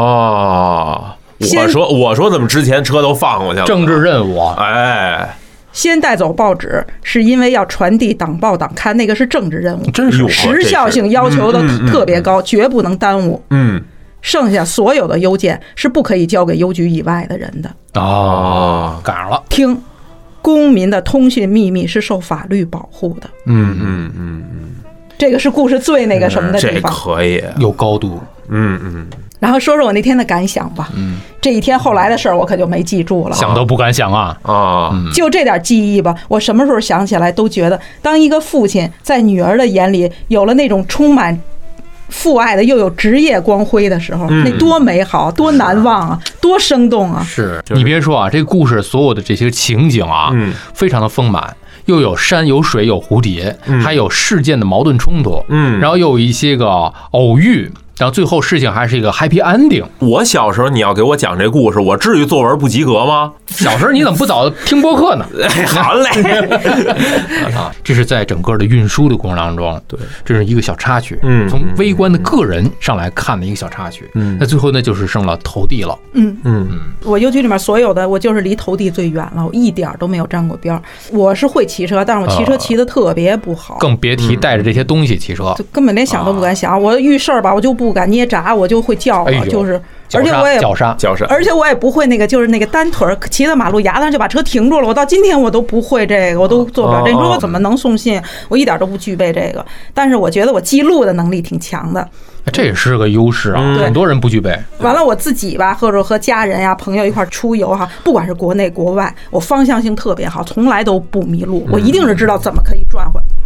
我说怎么之前车都放过去了？ 政治任务啊！ 先带走报纸是因为要传递党报党刊，那个是政治任务， 真是时效性要求的特别高，绝不能耽误。剩下所有的邮件是不可以交给邮局以外的人的。 赶上了。 听，公民的通讯秘密是受法律保护的。这个是故事最那个什么的地方， 这可以有高度。 然后说说我那天的感想吧。这一天后来的事儿我可就没记住了， 想都不敢想啊！ 就这点记忆吧，我什么时候想起来都觉得，当一个父亲在女儿的眼里有了那种充满父爱的又有职业光辉的时候，那多美好，多难忘啊，多生动啊！ 是你别说啊，这个故事所有的这些情景啊，非常的丰满。又有山有水有蝴蝶，还有事件的矛盾冲突，然后又有一些个偶遇，然后最后事情还是一个 happy ending。 我小时候你要给我讲这故事，我至于作文不及格吗？ 小时候你怎么不早听播客呢？ 好嘞。 这是在整个的运输的过程当中，对，这是一个小插曲，从微观的个人上来看的一个小插曲。那最后呢，就是剩了投递了。 我邮局里面所有的，我就是离投递最远了，我一点都没有沾过边儿。我是会骑车，但是我骑车骑得特别不好， 更别提带着这些东西骑车， 就根本连想都不敢想。我遇事儿吧，我就不敢捏闸，我就会叫了，就是。而且我也绞杀， 而且我也不会那个，就是那个单腿骑在马路牙子上就把车停住了。我到今天我都不会这个，我都做不了这。你说我怎么能送信？我一点都不具备这个。但是我觉得我记录的能力挺强的， 这也是个优势啊，很多人不具备。 完了我自己吧，或者和家人呀、朋友一块出游哈，不管是国内国外，我方向性特别好，从来都不迷路。我一定是知道怎么可以转回。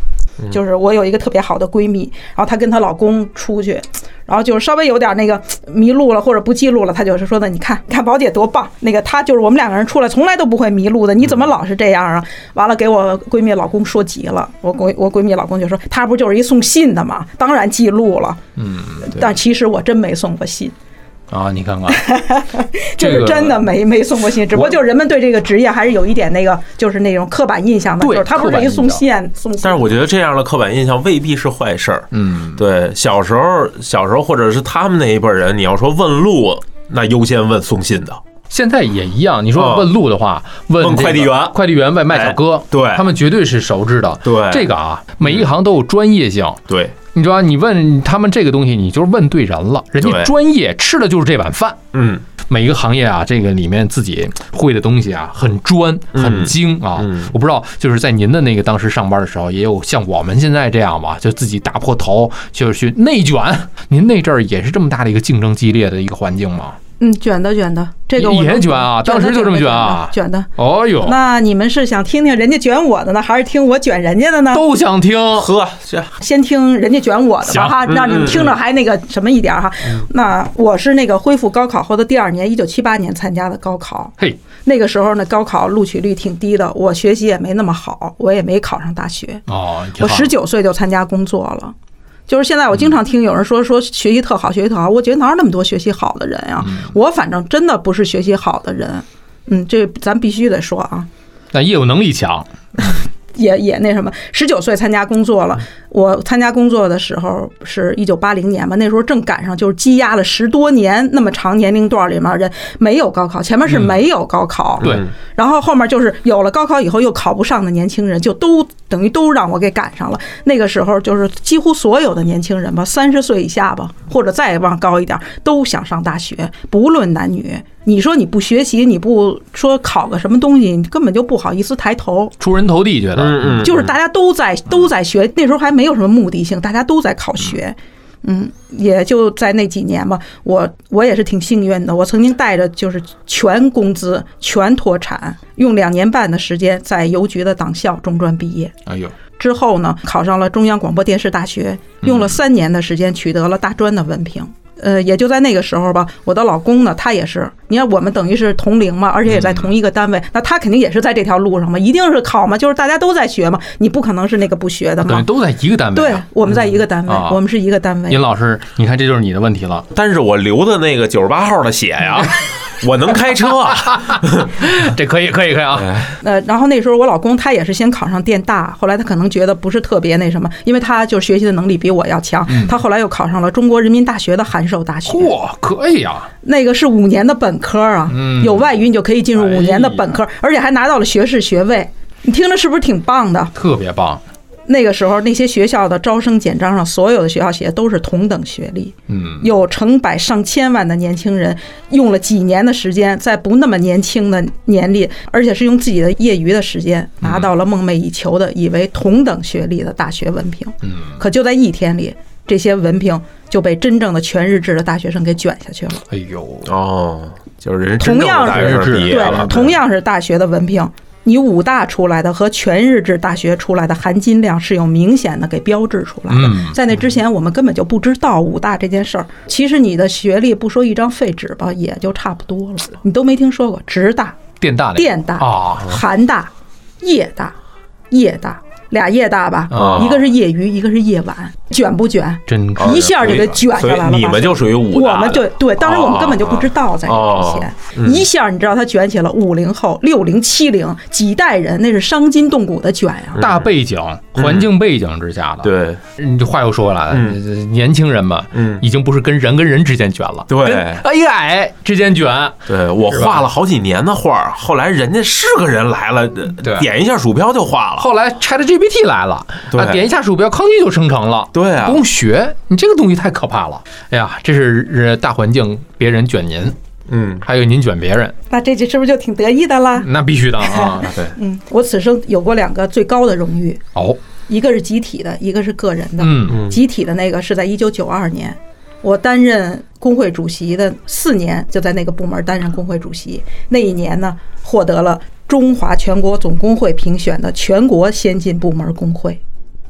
就是我有一个特别好的闺蜜，然后她跟她老公出去，然后就是稍微有点那个迷路了或者不记路了，她就是说的，你看宝姐多棒，那个她就是我们2个人出来从来都不会迷路的，你怎么老是这样啊？完了给我闺蜜老公说急了，我闺蜜老公就说她不就是一送信的嘛，当然记路了。但其实我真没送过信。 啊，你看看， 就是真的没送过信，只不过就是人们对这个职业还是有一点那个，就是那种刻板印象的，就是他不是一送信。 但是我觉得这样的刻板印象未必是坏事儿。对，小时候或者是他们那一辈人，你要说问路，那优先问送信的。 现在也一样，你说问路的话，问快递员、 外卖小哥，对，他们绝对是熟知的。 对， 这个啊，每一行都有专业性。 对。 你知道，你问他们这个东西，你就是问对人了，人家专业吃的就是这碗饭。每一个行业啊，这个里面自己会的东西啊，很专很精啊。我不知道，就是在您的那个当时上班的时候，也有像我们现在这样吧，就自己打破头就是去内卷。您那阵儿也是这么大的一个竞争激烈的一个环境吗？ 卷的，这个也卷啊，当时就这么卷啊， 卷的。 哦呦， 那你们是想听听人家卷我的呢，还是听我卷人家的呢？ 都想听， 先听人家卷我的吧哈，让你们听着还那个什么一点哈。那我是那个恢复高考后的第2年，1978年参加的高考。 嘿， 那个时候呢，高考录取率挺低的，我学习也没那么好，我也没考上大学。 哦， 我19岁就参加工作了。就是现在我经常听有人说学习特好，我觉得哪有那么多学习好的人呀？我反正真的不是学习好的人。这咱必须得说啊。 但业务能力强。 也那什么，19岁参加工作了。我参加工作的时候是1980年嘛，那时候正赶上就是积压了10多年那么长年龄段里面人没有高考，前面是没有高考， 对， 然后后面就是有了高考以后又考不上的年轻人，就都等于都让我给赶上了。那个时候就是几乎所有的年轻人吧，30岁以下吧，或者再往高一点，都想上大学，不论男女。你说你不学习，你不说考个什么东西，你根本就不好意思抬头， 出人头地，觉得， 就是大家都在学，那时候还没有什么目的性，大家都在考学。也就在那几年吧，我也是挺幸运的，我曾经带着就是全工资、全脱产，用2年半的时间在邮局的党校中专毕业。 哎呦！ 之后呢，考上了中央广播电视大学，用了3年的时间取得了大专的文凭。也就在那个时候吧，我的老公呢，他也是，你看我们等于是同龄嘛，而且也在同一个单位，那他肯定也是在这条路上嘛，一定是考嘛，就是大家都在学嘛，你不可能是那个不学的嘛， 都在一个单位。 对，我们在一个单位，我们是一个单位。 尹老师，你看这就是你的问题了。 但是我流的那个98号的血呀，我能开车啊， 这可以啊。 然后那时候我老公他也是先考上电大，后来他可能觉得不是特别那什么，因为他就是学习的能力比我要强，他后来又考上了中国人民大学的函授大学。 嚯，可以啊！ 那个是5年的本科啊，有外语你就可以进入5年的本科，而且还拿到了学士学位。你听着是不是挺棒的？ 特别棒。 那个时候那些学校的招生简章上，所有的学校写的都是同等学历。有成百上千万的年轻人用了几年的时间，在不那么年轻的年龄，而且是用自己的业余的时间，拿到了梦寐以求的以为同等学历的大学文凭。可就在1天里，这些文凭就被真正的全日制的大学生给卷下去了。 哎呦， 就是人真正的大学生毕业了， 同样是大学的文凭，你武大出来的和全日制大学出来的含金量是有明显的给标志出来的。在那之前我们根本就不知道武大这件事儿。其实你的学历不说一张废纸吧，也就差不多了，你都没听说过直大、 电大、 韩大、夜大、俩夜大吧，一个是业余，一个是夜晚，卷不卷？ 真一下就给卷下来了。 你们就属于武大， 我们对，当时我们根本就不知道在这之前，一下你知道他卷起了50后、60、70几代人，那是伤筋动骨的卷呀。 大背景、环境背景之下的， 对。 这话又说回来了，年轻人嘛，已经不是跟人之间卷了， 对， 跟 AI 之间卷。 对，我画了好几年的画，后来人家是个人来了，点一下鼠标就画了。 后来 ChatGPT 来了，点一下鼠标，吭叽就生成了。 对啊， 不用学，你这个东西太可怕了。哎呀，这是大环境，别人卷您，还有您卷别人， 那这是不是就挺得意的啦？ 那必须的啊，对， 我此生有过2个最高的荣誉，一个是集体的，一个是个人的。集体的那个是在1992年，我担任工会主席的4年，就在那个部门担任工会主席。那一年呢，获得了中华全国总工会评选的全国先进部门工会。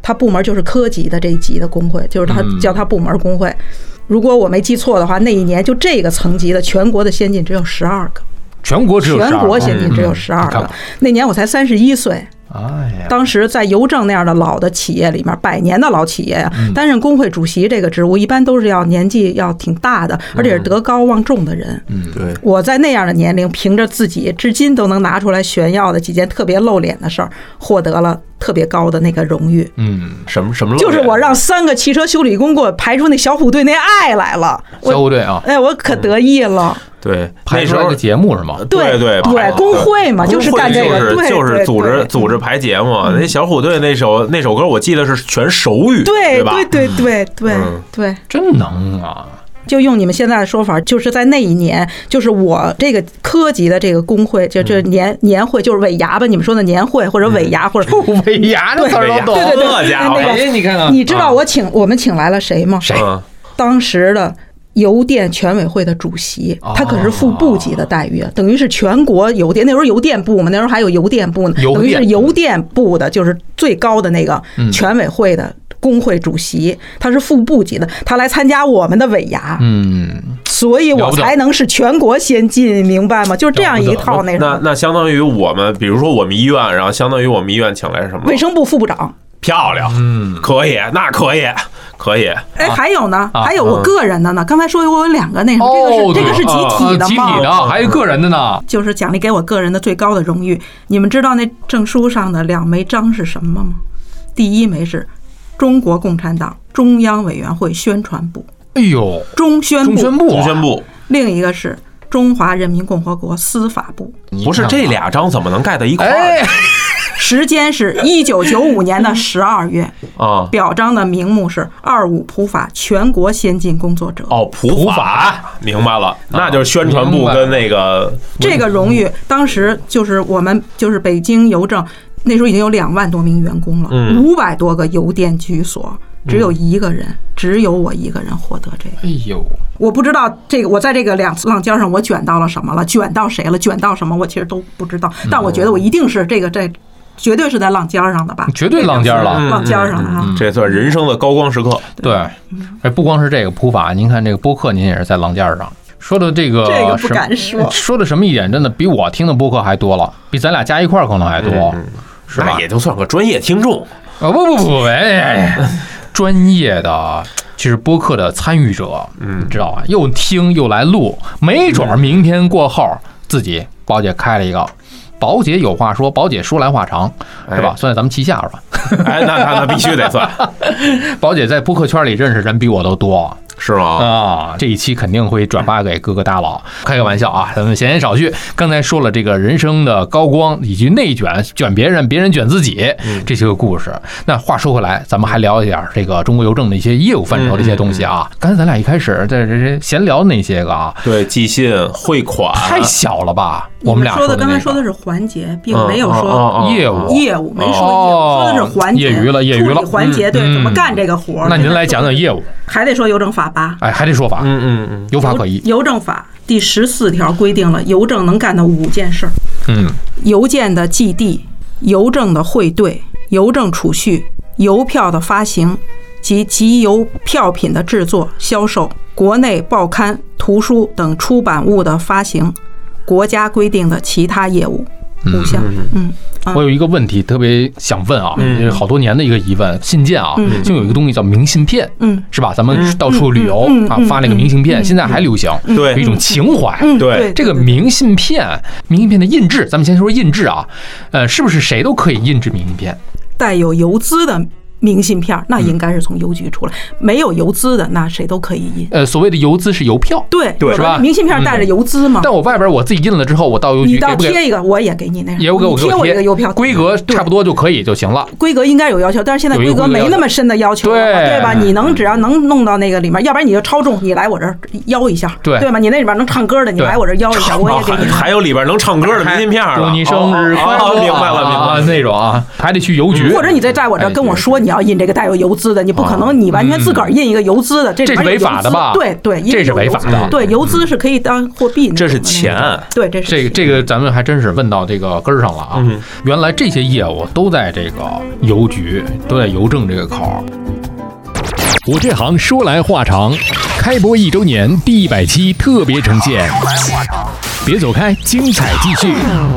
他部门就是科级的这一级的工会，就是他叫他部门工会。如果我没记错的话，那一年就这个层级的全国的先进只有12个， 全国先进只有12个。那年我才31岁。当时在邮政那样的老的企业里面，100年的老企业啊，担任工会主席这个职务，一般都是要年纪要挺大的，而且是德高望重的人。 对。 我在那样的年龄，凭着自己至今都能拿出来炫耀的几件特别露脸的事儿，获得了特别高的那个荣誉。 什么露脸？ 就是我让3个汽车修理工给我排出那小虎队那爱来了。 小虎队啊！ 哎，我可得意了。 对， 排出来的节目是吗？ 对，工会嘛，就是干这个， 就是组织排节目。那小虎队那首歌，我记得是全手语， 对吧？ 对， 真能啊！ 就用你们现在的说法，就是在那一年，就是我这个科级的这个工会，就这年会，就是尾牙吧，你们说的年会或者尾牙或者尾牙的词儿都懂， 对，那个你看看， 你知道我们请来了谁吗？ 谁？ 当时的邮电全委会的主席，他可是副部级的待遇，等于是全国邮电，那时候邮电部嘛，那时候还有邮电部呢，等于是邮电部的，就是最高的那个全委会的工会主席，他是副部级的，他来参加我们的尾牙，所以我才能是全国先进，明白吗？就是这样一套那相当于我们，比如说我们医院，然后相当于我们医院请来什么？ 卫生部副部长。 漂亮，可以，那可以。 哎，还有呢，还有我个人的呢。刚才说我有2个那什么，这个是集体的嘛？还有个人的呢， 就是奖励给我个人的最高的荣誉。你们知道那证书上的2枚章是什么吗？第1枚是中国共产党中央委员会宣传部， 哎呦， 中宣部， 另一个是中华人民共和国司法部。 不是这2张怎么能盖到一块儿？ 时间是1995年的12月表彰的名目是25普法全国先进工作者。 普法，明白了，那就是宣传部跟那个这个荣誉，当时就是我们就是北京邮政那时候已经有2万多名员工了，500多个邮电局所，只有1个人，只有我1个人获得这个。 哎呦， 我不知道这个，我在这个2次浪尖上我卷到了什么了，卷到谁了，卷到什么，我其实都不知道，但我觉得我一定是这绝对是在浪尖上的吧？ 绝对浪尖了， 浪尖上的哈。 这算人生的高光时刻。 对，哎，不光是这个普法，您看这个播客，您也是在浪尖上。说的这个不敢说的什么一点，真的比我听的播客还多了，比咱俩加一块可能还多，是吧？ 那也就算个专业听众。 不，哎，专业的。其实播客的参与者，知道吧？又听又来录，没准明天过后自己宝姐开了一个。宝姐有话说，宝姐说来话长，是吧？算在咱们旗下是吧？ 哎，那必须得算。 宝姐在播客圈里认识人比我都多， 是吗？ 这一期肯定会转发给各个大佬。开个玩笑啊，咱们闲言少叙。刚才说了这个人生的高光以及内卷别人，别人卷自己这些个故事。那话说回来，咱们还聊一点这个中国邮政的一些业务范畴的一些东西啊。刚才咱俩一开始在这闲聊那些个啊， 对，寄信、汇款， 太小了吧？我们俩刚才说的是环节，并没有说业务， 没说业务，说的是环节， 业余了， 环节对，怎么干这个活？ 那您来讲讲业务， 还得说邮政法吧？ 哎，还得说法，有法可依。 邮政法第14条规定了邮政能干的5件事儿，邮件的寄递、邮政的汇兑、邮政储蓄、邮票的发行及集邮票品的制作、销售、国内报刊、图书等出版物的发行。国家规定的其他业务5项。 我有一个问题特别想问啊，因为好多年的一个疑问，信件啊，就有一个东西叫明信片，是吧？咱们到处旅游啊，发那个明信片，现在还流行， 对， 有一种情怀， 对， 这个明信片的印制，咱们先说印制啊，是不是谁都可以印制明信片？ 带有邮资的明信片那应该是从邮局出来，没有邮资的那谁都可以印。 所谓的邮资是邮票， 对， 是吧？ 明信片带着邮资嘛。 但我外边我自己印了之后，我到邮局， 你到贴一个，我也给你那， 也给我贴我一个邮票， 规格差不多就可以就行了。 规格应该有要求，但是现在规格没那么深的要求，对吧？你只要能弄到那个里面，要不然你就超重，你来我这儿邀一下，对吧？你那里边能唱歌的，你来我这儿邀一下，我也给你。 还有里边能唱歌的明信片， 祝你生日快乐， 明白了， 那种啊，还得去邮局， 或者你在我这儿跟我说你要印这个带有游资的，你不可能你完全自个儿印一个游资的， 这是违法的吧？ 对， 这是违法的。 对，游资是可以当货币， 这是钱。 对，这个咱们还真是问到这个根儿上了啊！原来这些业务都在这个邮局，都在邮政这个口。 我这行说来话长，开播1周年第100期特别呈现，别走开，精彩继续。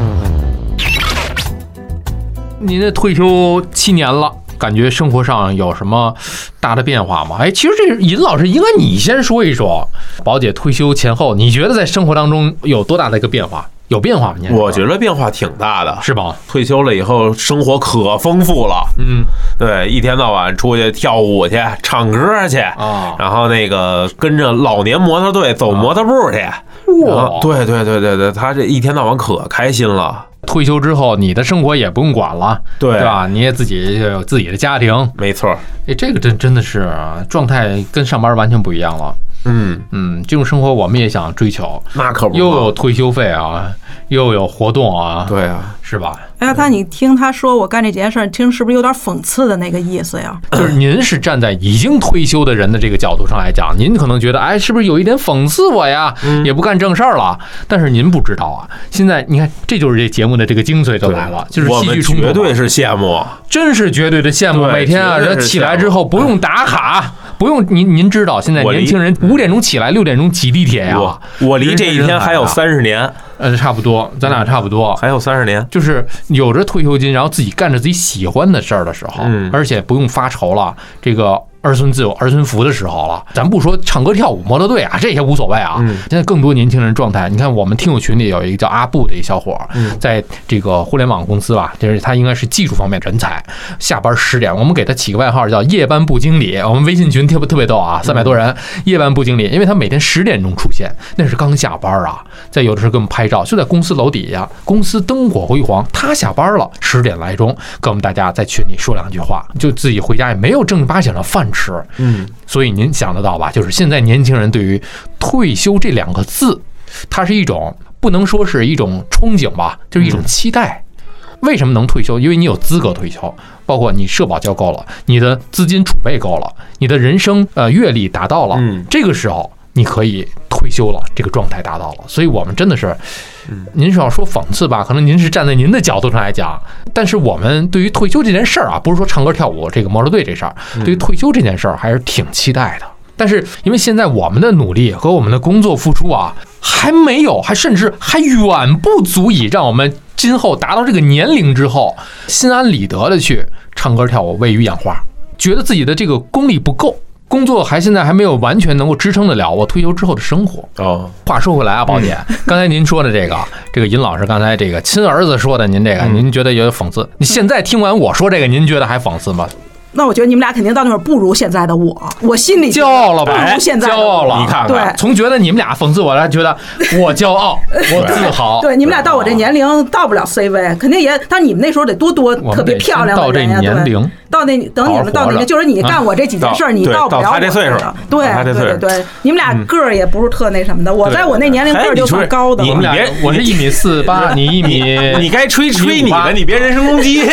您这退休7年了，感觉生活上有什么大的变化吗？其实这尹老师应该你先说一说，宝姐退休前后，你觉得在生活当中有多大的一个变化？有变化吗？ 我觉得变化挺大的， 是吧？ 退休了以后，生活可丰富了。对，一天到晚出去跳舞去、唱歌去啊，然后那个跟着老年模特队走模特步去。哇，对，他这一天到晚可开心了。 退休之后，你的生活也不用管了，对吧？你也自己有自己的家庭， 没错。 这个真的是状态跟上班完全不一样了。这种生活我们也想追求， 那可不， 又有退休费啊，又有活动啊， 对啊， 是吧？ 哎呀，你听他说我干这件事，听是不是有点讽刺的那个意思呀？ 就是您是站在已经退休的人的这个角度上来讲，您可能觉得，是不是有一点讽刺我呀？也不干正事儿了。但是您不知道啊，现在你看，这就是这节目的这个精髓就来了，就是戏剧冲突。 绝对是羡慕， 真是绝对的羡慕。每天啊，人起来之后不用打卡。不用您知道，现在年轻人5点钟起来，6点钟挤地铁呀。 我离这一天还有30年， 差不多，咱俩差不多， 还有30年。 就是有着退休金，然后自己干着自己喜欢的事儿的时候，而且不用发愁了，这个儿孙自有儿孙福的时候了。咱不说唱歌跳舞模特队啊，这些无所谓啊。现在更多年轻人状态，你看我们听友群里有一个叫阿布的一小伙，在这个互联网公司吧，就是他应该是技术方面人才。下班10点，我们给他起个外号叫夜班部经理。我们微信群特别逗啊，300多人，夜班部经理，因为他每天10点钟出现，那是刚下班啊。在有的时候给我们拍照，就在公司楼底下，公司灯火辉煌，他下班了10点来钟，跟我们大家在群里说2句话，就自己回家也没有正儿八经的饭吃。所以您想得到吧？就是现在年轻人对于退休这2个字，它是一种不能说是一种憧憬吧，就是一种期待。为什么能退休？因为你有资格退休，包括你社保交够了，你的资金储备够了，你的人生阅历达到了，这个时候你可以退休了，这个状态达到了。所以我们真的是，您是要说讽刺吧，可能您是站在您的角度上来讲，但是我们对于退休这件事儿啊，不是说唱歌跳舞这个模特队这事儿，对于退休这件事儿还是挺期待的。但是因为现在我们的努力和我们的工作付出啊，还没有，甚至还远不足以让我们今后达到这个年龄之后，心安理得的去唱歌跳舞、喂鱼养花，觉得自己的这个功力不够。工作现在还没有完全能够支撑得了我退休之后的生活。话说回来啊，宝姐，刚才您说的这个尹老师刚才这个亲儿子说的，您这个您觉得有点讽刺？你现在听完我说这个，您觉得还讽刺吗？ 那我觉得你们俩肯定到那会儿不如现在的我心里骄傲了吧？ 不如现在的骄傲了，你看看，对，从觉得你们俩讽刺我来，觉得我骄傲，我自豪。 对，你们俩到我这年龄到不了 C 位，肯定也，但你们那时候得多特别漂亮的人呀。 到这年龄， 等你们到那个，就是你干我这几件事，你到不了他这岁数。 对，你们俩个儿也不是特那什么的，我在我那年龄个儿就算高的。 你们俩，我是1.48米，你1米， 你该吹你的，你别人身攻击。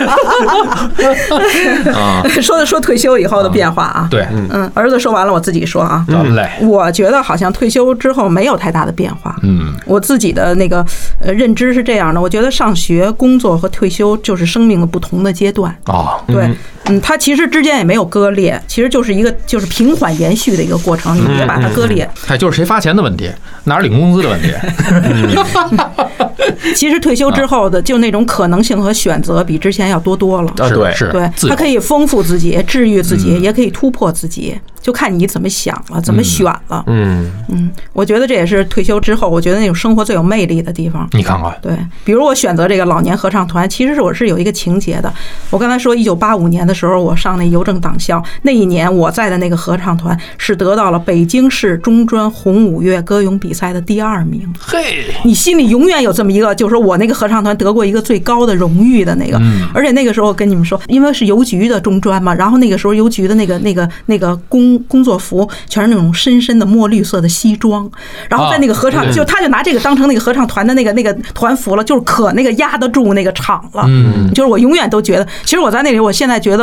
说退休以后的变化啊， 对， 儿子说完了，我自己说啊，我觉得好像退休之后没有太大的变化，我自己的那个认知是这样的，我觉得上学、工作和退休就是生命的不同的阶段啊， 对，它其实之间也没有割裂，其实就是一个就是平缓延续的一个过程，你别把它割裂， 就是谁发钱的问题，哪儿领工资的问题。 其实退休之后的就那种可能性和选择比之前要多了，对，它可以丰富自己、治愈自己，也可以突破自己，就看你怎么想了，怎么选了。我觉得这也是退休之后，我觉得那种生活最有魅力的地方。 你看看， 对，比如我选择这个老年合唱团，其实我是有一个情节的。我刚才说1985年的时候，我上那邮政党校，那一年我在的那个合唱团是得到了北京市中专红五乐歌咏比赛的第2名。 嘿， 你心里永远有这么一个，就是说我那个合唱团得过一个最高的荣誉的那个，而且那个时候跟你们说，因为是邮局的中专嘛，然后那个时候邮局的那个工作服全是那种深深的墨绿色的西装，然后在那个合唱，他就拿这个当成那个合唱团的那个团服了，就是可那个压得住那个场了。就是我永远都觉得，其实我在那里，我现在觉得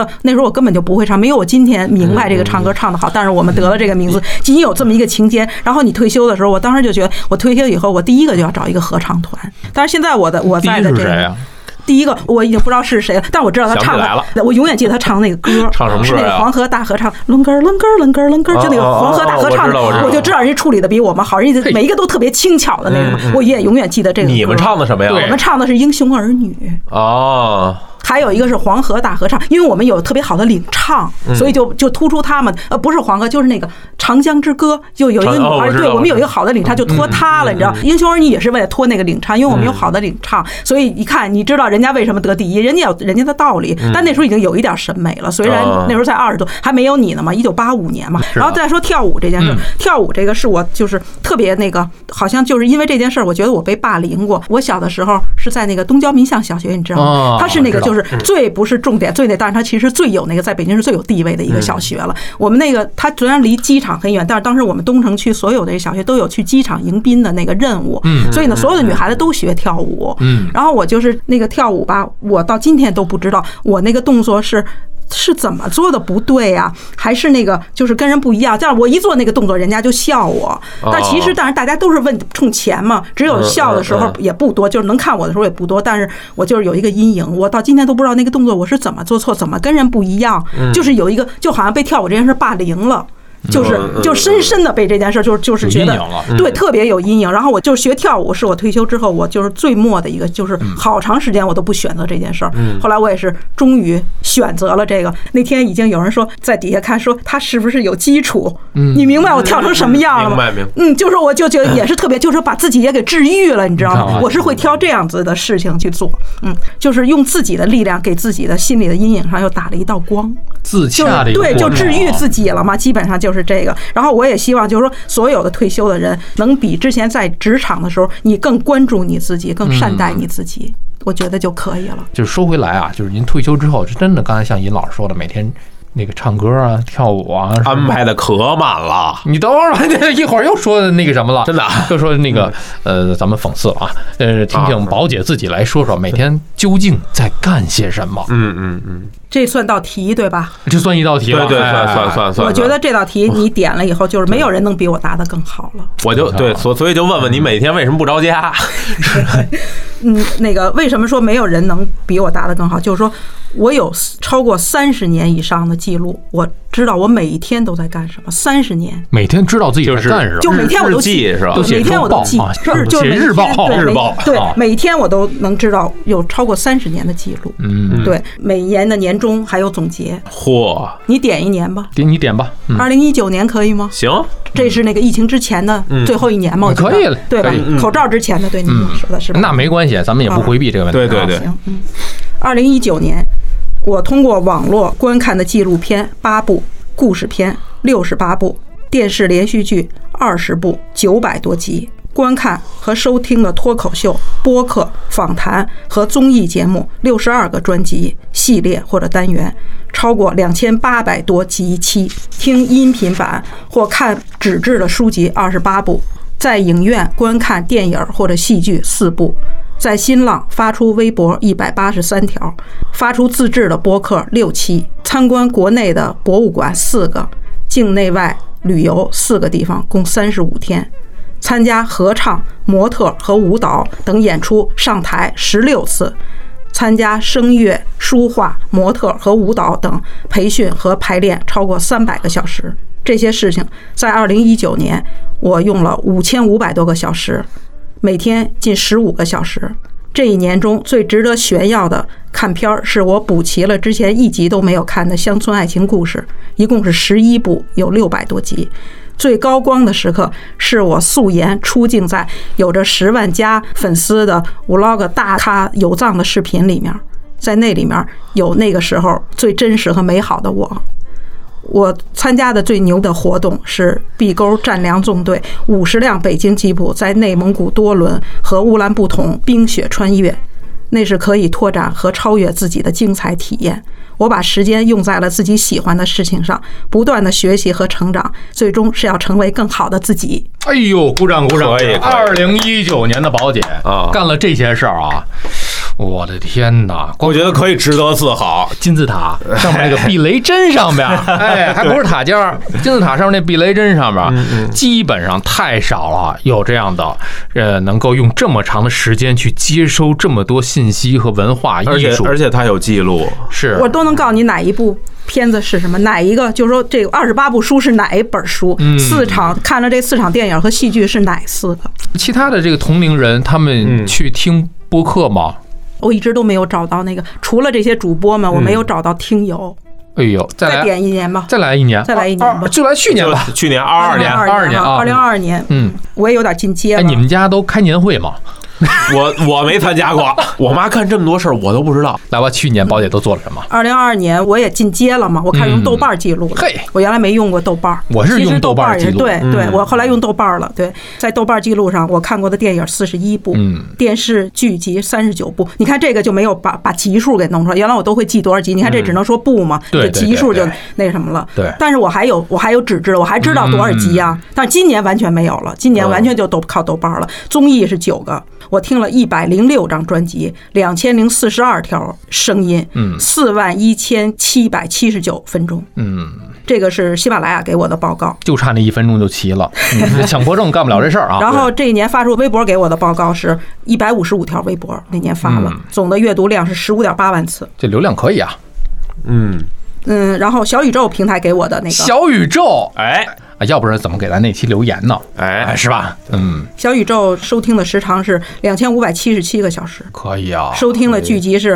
得那时候我根本就不会唱，没有我今天明白这个唱歌唱得好，但是我们得了这个名字，仅有这么一个情节。然后你退休的时候，我当时就觉得，我退休以后，我第一个就要找一个合唱团。但是现在我在的这个。第一个我已经不知道是谁了，但我知道他唱的，我永远记得他唱那个歌， 唱什么歌？ 是那个黄河大合唱，楞根楞根楞根楞根，就那个黄河大合唱，我就知道人家处理的比我们好，人家每一个都特别轻巧的那种，我也永远记得这个歌。 你们唱的什么呀？ 我们唱的是《英雄儿女》 哦。 还有一个是黄河大合唱，因为我们有特别好的领唱，所以就突出他们。不是黄河，就是那个长江之歌，就有一个女孩，对我们有一个好的领唱，就托她了，你知道。英雄儿女也是为了托那个领唱，因为我们有好的领唱，所以一看你知道人家为什么得第一，人家有人家的道理。但那时候已经有一点审美了，虽然那时候才20多，还没有你呢嘛，1985年嘛。然后再说跳舞这件事，跳舞这个是我就是特别那个，好像就是因为这件事，我觉得我被霸凌过。我小的时候是在那个东郊民巷小学，你知道吗？它是那个就是最不是重点，但是它其实最有那个在北京是最有地位的一个小学了。我们那个它虽然离机场很远，但是当时我们东城区所有的小学都有去机场迎宾的那个任务，所以呢，所有的女孩子都学跳舞。然后我就是那个跳舞吧，我到今天都不知道我那个动作是怎么做的不对啊，还是那个就是跟人不一样。这样我一做那个动作，人家就笑我。但其实当然大家都是问冲钱嘛，只有笑的时候也不多，就是能看我的时候也不多。但是我就是有一个阴影，我到今天都不知道那个动作我是怎么做错，怎么跟人不一样，就是有一个就好像被跳舞这件事霸凌了。就深深的被这件事就是觉得对特别有阴影。然后我就学跳舞，是我退休之后我就是最末的一个，就是好长时间我都不选择这件事儿。后来我也是终于选择了这个。那天已经有人说在底下看说他是不是有基础，你明白我跳成什么样了吗？就是我就觉得也是特别，就是把自己也给治愈了，你知道吗？我是会挑这样子的事情去做，就是用自己的力量给自己的心里的阴影上又打了一道光， 自洽的一个对，就治愈自己了嘛，基本上就是这个。然后我也希望就是说，所有的退休的人能比之前在职场的时候，你更关注你自己，更善待你自己，我觉得就可以了。 就是说回来啊，就是您退休之后，是真的刚才像尹老师说的，每天那个唱歌啊、跳舞啊， 安排的可满了。 你等会儿，一会儿又说那个什么了， 真的又说那个咱们讽刺了啊。听听宝姐自己来说说，每天究竟在干些什么？ 这算道题对吧？ 这算一道题了， 对，算。 我觉得这道题你点了以后，就是没有人能比我答得更好了。 我就对，所以就问问你每天为什么不着家？ 那个为什么说没有人能比我答得更好？就是说我有超过30年以上的记录，我知道我每一天都在干什么。30年， 每天知道自己在干什么， 就每天我都记是吧？ 每天我都记， 写日报， 对，每天我都能知道有超过30年的记录。对，每年的年终还有总结。 嚯， 你点一年吧， 你点吧。 2019年可以吗？ 行， 这是那个疫情之前的最后一年嘛？ 可以了， 对吧？口罩之前的，对你说的是吧？ 那没关系，咱们也不回避这个问题。 对。 行，2019年。我通过网络观看的纪录片8部，故事片68部，电视连续剧20部，900多集，观看和收听的脱口秀、播客、访谈和综艺节目62个专辑、系列或者单元，超过2800多集期，听音频版或看纸质的书籍28部，在影院观看电影或者戏剧4部。在新浪发出微博183条，发出自制的播客6期，参观国内的博物馆4个，境内外旅游4个地方，共35天，参加合唱、模特和舞蹈等演出上台16次，参加声乐、书画、模特和舞蹈等培训和排练超过300个小时。这些事情在2019年，我用了5500多个小时。每天近15个小时。这一年中最值得炫耀的看片是我补齐了之前1集都没有看的乡村爱情故事，一共是11部，有600多集。最高光的时刻是我素颜出镜在有着10万加粉丝的 vlog 大咖有藏的视频里面，在那里面有那个时候最真实和美好的我。我参加的最牛的活动是碧沟战粮纵队50辆北京吉普在内蒙古多伦和乌兰布统冰雪穿越，那是可以拓展和超越自己的精彩体验。我把时间用在了自己喜欢的事情上，不断的学习和成长，最终是要成为更好的自己。 哎呦，鼓掌鼓掌！2019年的宝姐干了这些事儿啊， 我的天哪！ 我觉得可以值得自豪。 金字塔上面那个避雷针上边，哎，还不是塔尖儿，金字塔上面那避雷针上面，基本上太少了。有这样的，能够用这么长的时间去接收这么多信息和文化艺术， 而且它有记录， 是我都能告诉你哪一部片子是什么，哪一个就是说这个28部书是哪一本书，4场看了这4场电影和戏剧是哪4个。 其他的这个同龄人他们去听播客吗？ 我一直都没有找到那个，除了这些主播们，我没有找到听友。 哎呦， 再点1年吧， 再来1年， 再来1年吧， 就来去年吧， 去年22年啊，2022年，我也有点进阶了。 哎，你们家都开年会吗？ 我没参加过，我妈干这么多事儿我都不知道。 来吧，去年宝姐都做了什么 ？2022年我也进阶了嘛，我开始用豆瓣记录了。 嘿， 我原来没用过豆瓣， 我是用豆瓣记录。 对，我后来用豆瓣了。对，在豆瓣记录上，我看过的电影41部，电视剧集39部。你看这个就没有把集数给弄出来，原来我都会记多少集，你看这只能说部嘛，这集数就那什么了。 对， 但是我还有纸质的，我还知道多少集啊。但是今年完全没有了，今年完全就都靠豆瓣了。综艺是9个。我听了106张专辑，2042条声音，41779分钟。这个是喜马拉雅给我的报告， 就差那1分钟就齐了。强迫症干不了这事儿啊。 然后这一年发出微博给我的报告是155条微博，那年发了，总的阅读量是15.8万次， 这流量可以啊。 然后小宇宙平台给我的那个小宇宙，哎。要不然怎么给咱那期留言呢？哎，是吧？ 小宇宙收听的时长是2577个小时， 可以啊。 收听的剧集是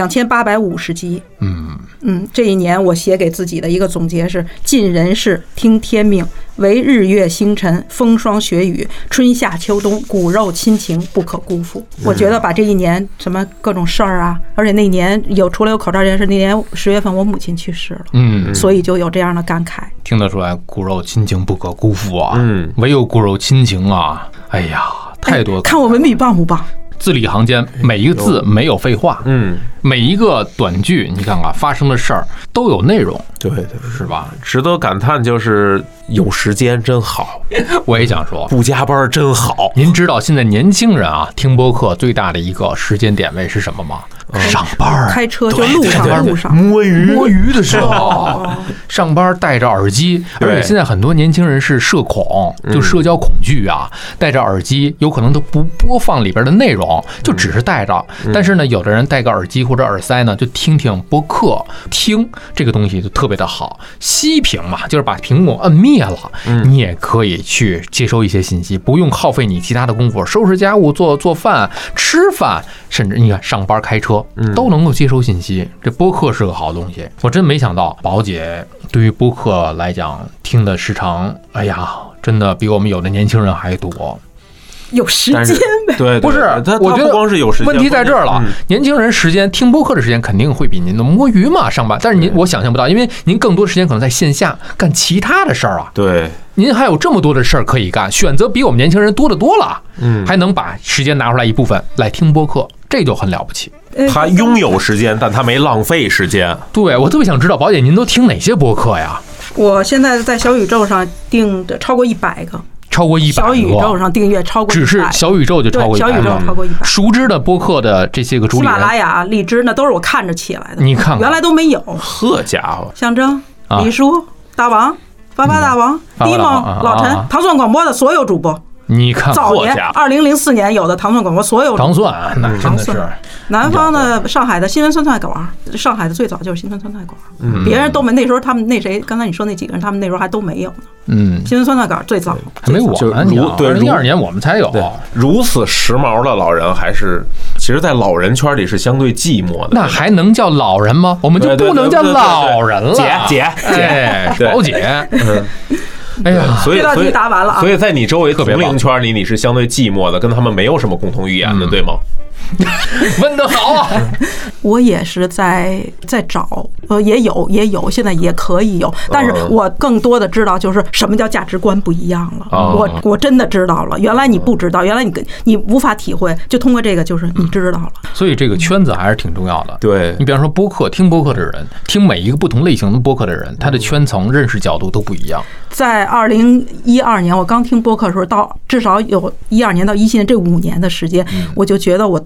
2850集。这一年我写给自己的一个总结是：尽人事，听天命，唯日月星辰，风霜雪雨，春夏秋冬，骨肉亲情不可辜负。我觉得把这一年什么各种事儿啊，而且那年除了有口罩这件事，那年10月份我母亲去世了，所以就有这样的感慨。 听得出来，骨肉亲情不可辜负啊！唯有骨肉亲情啊！哎呀，太多。 看我文笔棒不棒？ 字里行间每一个字没有废话，每一个短句，你看看发生的事儿都有内容， 对， 是吧？ 值得感叹就是有时间真好。 我也想说， 不加班真好。 您知道现在年轻人啊听播客最大的一个时间点位是什么吗？上班， 开车就路上摸鱼的时候，上班戴着耳机，而且现在很多年轻人是社恐，就社交恐惧啊，戴着耳机有可能都不播放里边的内容，就只是戴着。但是呢，有的人戴个耳机或者耳塞呢，就听听播客，听这个东西就特别的好。熄屏嘛，就是把屏幕摁灭了，你也可以去接收一些信息，不用耗费你其他的功夫，收拾家务、做饭、吃饭，甚至你看上班开车。都能够接收信息，这播客是个好东西。我真没想到宝姐对于播客来讲听的时长，哎呀，真的比我们有的年轻人还多。 有时间呗？ 对， 不是，我觉得不光是有时间， 问题在这儿了。年轻人时间听播客的时间肯定会比您的摸鱼嘛上班，但是我想象不到，因为您更多时间可能在线下干其他的事儿啊。 对， 您还有这么多的事儿可以干，选择比我们年轻人多得多了。还能把时间拿出来一部分来听播客，这就很了不起。 他拥有时间，但他没浪费时间。 对，我特别想知道宝姐您都听哪些播客呀？ 我现在在小宇宙上订的超过100个。 超过100个， 小宇宙上订阅超过100， 只是小宇宙就超过100， 小宇宙超过100。 熟知的播客的这些个主理人， 喜马拉雅、荔枝那都是我看着起来的。 你看， 原来都没有。 呵家伙， 象征、李叔、大王、巴巴大王、迪蒙、老陈、糖蒜广播的所有主播。 你看， 早年2004年有的糖蒜广播所有糖蒜，那真的是南方的上海的新闻酸菜馆，上海的最早就是新闻酸菜馆，别人都没，那时候他们那谁，刚才你说那几个人，他们那时候还都没有呢。新闻酸菜馆最早， 还没我们，2002年我们才有。 如此时髦的老人，还是其实，在老人圈里是相对寂寞的。 那还能叫老人吗？我们就不能叫老人了。 姐， 宝姐。哎呀， 所以这道题答完了啊！ 所以在你周围同龄圈里，你是相对寂寞的，跟他们没有什么共同语言的，对吗？ 问得好啊！ 我也是在找，也有，现在也可以有，但是我更多的知道就是什么叫价值观不一样了。我真的知道了，原来你不知道，原来你无法体会，就通过这个就是你知道了。 所以这个圈子还是挺重要的。 对， 你比方说播客，听播客的人，听每一个不同类型的播客的人，他的圈层认识角度都不一样。 在2012年我刚听播客的时候，到至少有12年到17年这5年的时间，我就觉得我自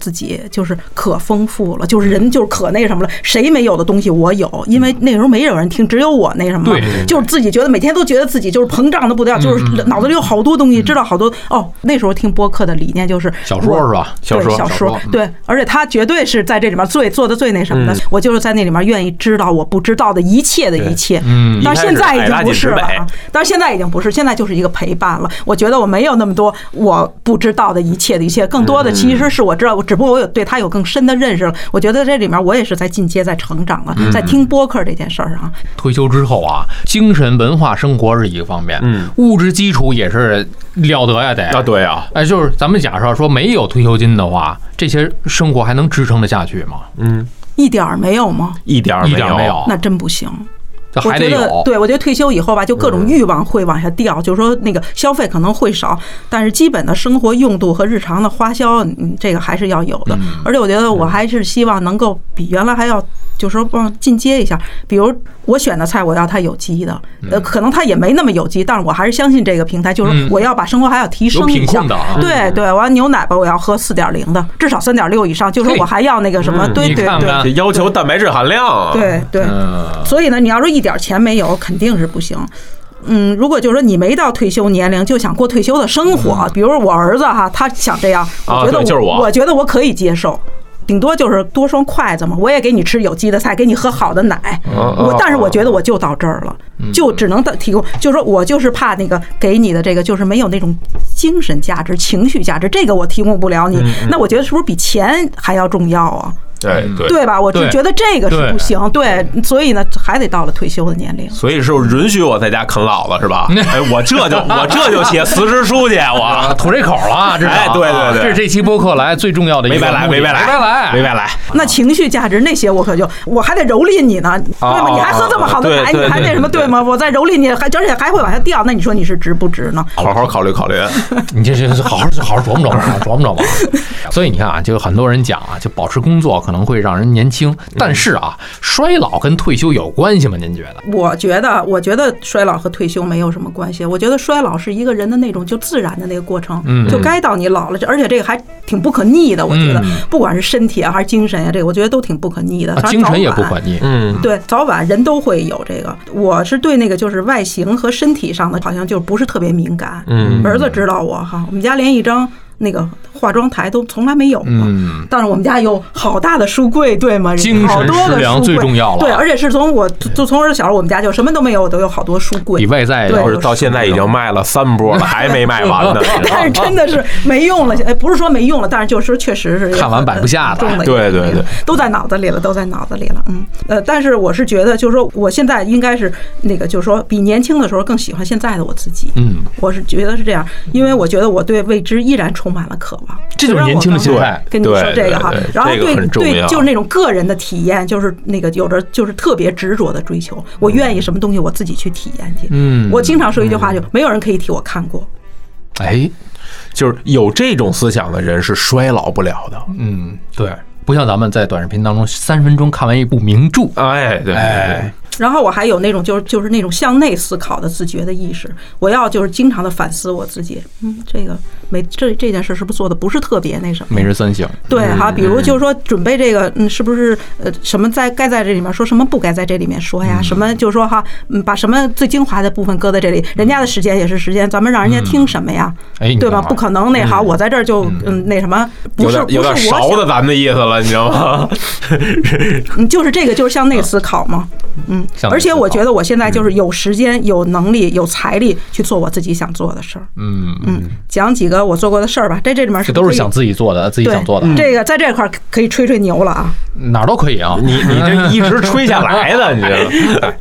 自己就是可丰富了，就是人就是可那什么了，谁没有的东西我有，因为那时候没有人听，只有我那什么，就是自己觉得每天都觉得自己就是膨胀的不得了，就是脑子里有好多东西，知道好多那时候听播客的理念就是小说是吧？ 小说对，而且他绝对是在这里面做的最那什么的，我就是在那里面愿意知道我不知道的一切的一切，但是现在已经不是了，但是现在已经不是，现在就是一个陪伴了。我觉得我没有那么多我不知道的一切的一切，更多的其实是我知道，只不过我有对他有更深的认识了。我觉得这里面我也是在进阶，在成长了，在听播客这件事儿上。 退休之后啊，精神文化生活是一个方面，物质基础也是了得呀，得啊，对啊， 就是咱们假设说没有退休金的话，这些生活还能支撑得下去吗？ 一点儿没有吗？ 一点没有， 那真不行。 我觉得，对，我觉得退休以后吧，就各种欲望会往下掉，就是说那个消费可能会少，但是基本的生活用度和日常的花销，这个还是要有的。而且我觉得我还是希望能够比原来还要，就是说往进阶一下。比如我选的菜，我要它有机的，可能它也没那么有机，但是我还是相信这个平台，就是我要把生活还要提升一下。对对，我要牛奶吧，我要喝4.0的，至少3.6以上，就是我还要那个什么，对对对， 要求蛋白质含量。 对对，所以呢，你要说一点钱没有，肯定是不行。如果就是说你没到退休年龄就想过退休的生活，比如我儿子哈，他想这样，我觉得我觉得我可以接受。顶多就是多双筷子嘛，我也给你吃有机的菜，给你喝好的奶。但是我觉得我就到这儿了，就只能提供，就是说我就是怕那个给你的这个就是没有那种精神价值、情绪价值，这个我提供不了你。那我觉得是不是比钱还要重要啊？对吧？我就觉得这个是不行，对，所以呢，还得到了退休的年龄。 所以是允许我在家啃老了，是吧？哎，我这就写辞职书去，我吐这口了，这哎，对对对， 这是这期播客来最重要的一个没白来。 那情绪价值那些我可就我还得蹂躏你呢，对吗？你还喝这么好的奶，你还那什么，对吗？我再蹂躏你，而且还会往下掉，那你说你是值不值呢？ 好好考虑考虑， 你这好好琢磨琢磨吧。所以你看啊，就很多人讲啊，就保持工作可能会让人年轻，但是啊，衰老跟退休有关系吗？您觉得？ 我觉得衰老和退休没有什么关系。我觉得衰老是一个人的那种就自然的那个过程，就该到你老了，而且这个还挺不可逆的。我觉得，不管是身体啊还是精神啊，这个我觉得都挺不可逆的。 精神也不可逆， 对，早晚人都会有这个。我是对那个就是外形和身体上的，好像就不是特别敏感。儿子知道我哈，我们家连一张那个化妆台都从来没有过，但是我们家有好大的书柜，对吗？ 精神食粮最重要了。 对，而且是从儿子小时候，我们家就什么都没有，都有好多书柜。 比外在要是到现在已经卖了3波了，还没卖完呢。 但是真的是没用了，不是说没用了，但是就是确实是看完摆不下的。 对对对， 都在脑子里了。但是我是觉得，就是说我现在应该是那个，就是说比年轻的时候更喜欢现在的我自己。我是觉得是这样，因为我觉得我对未知依然充满了渴望。 这就是年轻的心态。 跟你说这个哈，然后对，就是那种个人的体验，就是那个有着就是特别执着的追求。我愿意什么东西我自己去体验去。我经常说一句话，就没有人可以替我看过。 哎，就是有这种思想的人是衰老不了的。 对，不像咱们在短视频当中3分钟看完一部名著。 哎，对。 然后我还有那种就是那种向内思考的自觉的意识，我要就是经常的反思我自己，这个这件事是不是做的不是特别那什么？ 每日3省。 对哈，比如就是说准备这个，是不是什么该在这里面说，什么不该在这里面说呀？什么就是说哈，把什么最精华的部分搁在这里，人家的时间也是时间，咱们让人家听什么呀？对吧？不可能那好，我在这儿就那什么，不是有点勺的咱们的意思了，你知道吗？ 就是这个就是向内思考嘛。而且我觉得我现在就是有时间、有能力、有财力去做我自己想做的事儿。讲几个我做过的事儿吧。这里面是都是想自己做的，自己想做的。 这个在这块可以吹牛了啊！ 哪儿都可以啊！ 你这一直吹下来的，你这。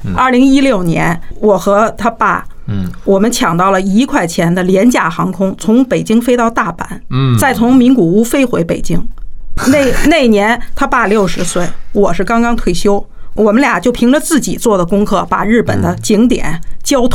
2016年，我和他爸，我们抢到了1块钱的廉价航空，从北京飞到大阪，再从名古屋飞回北京。那年他爸60岁，我是刚刚退休。我们俩就凭着自己做的功课，把日本的景点、交通、